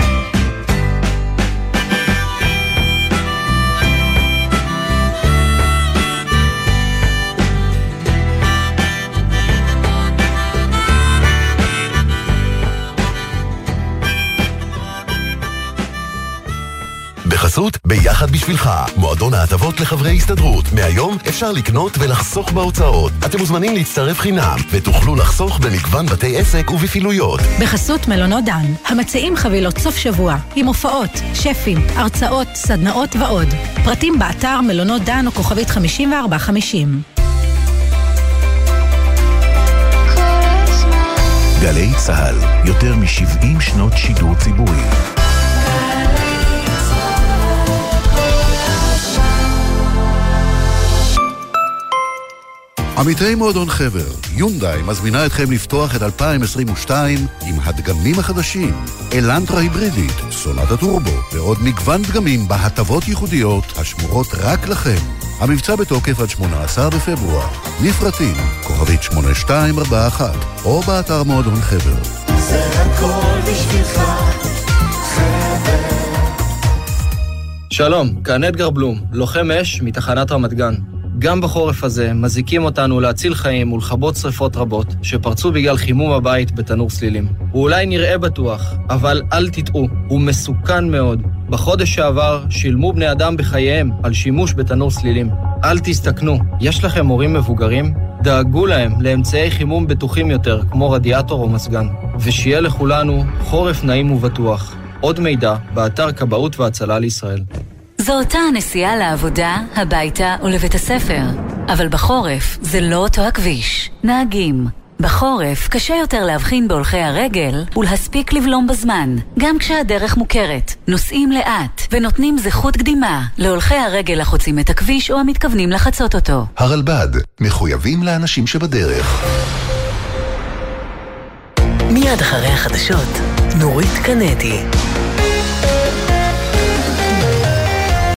בחסות ביחד בשבילך, מועדון ההטבות לחברי הסתדרות. מהיום אפשר לקנות ולחסוך בהוצאות. אתם מוזמנים להצטרף חינם ותוכלו לחסוך במגוון בתי עסק ובפעילויות. בחסות מלונות דן, המציעים חבילות סוף שבוע עם הופעות, שפים, הרצאות, סדנאות ועוד. פרטים באתר מלונות דן או כוכבית 5450. גלי צהל, יותר מ-70 שנות שידור ציבורי. עמיתי מועדון חבר, יונדאי מזמינה אתכם לפתוח את 2022 עם הדגמים החדשים, אלנטרה היברידית, סונטה טורבו, ועוד מגוון דגמים בהטבות ייחודיות השמורות רק לכם. המבצע בתוקף עד 18 בפברואר. לפרטים, כוכבית 8241, או באתר מועדון חבר. זה הכל בשבילך, חבר. שלום, כאן אדגר בלום, לוחם אש מתחנת רמת גן. גם בחורף הזה מזיקים אותנו להציל חיים ולכבות שריפות רבות שפרצו בגלל חימום הבית בתנור סלילים. הוא אולי נראה בטוח, אבל אל תטעו, הוא מסוכן מאוד. בחודש שעבר שילמו בני אדם בחייהם על שימוש בתנור סלילים. אל תסתכנו, יש לכם הורים מבוגרים? דאגו להם לאמצעי חימום בטוחים יותר כמו רדיאטור או מסגן. ושיהיה לכולנו חורף נעים ובטוח. עוד מידע באתר כבאות והצלה לישראל. זו אותה הנסיעה לעבודה, הביתה ולבית הספר. אבל בחורף זה לא אותו הכביש. נהגים. בחורף קשה יותר להבחין בהולכי הרגל ולהספיק לבלום בזמן, גם כשהדרך מוכרת. נוסעים לאט ונותנים זכות קדימה להולכי הרגל החוצים את הכביש או המתכוונים לחצות אותו. הרלב"ד, מחויבים לאנשים שבדרך. מיד אחרי החדשות, נורית קנדי.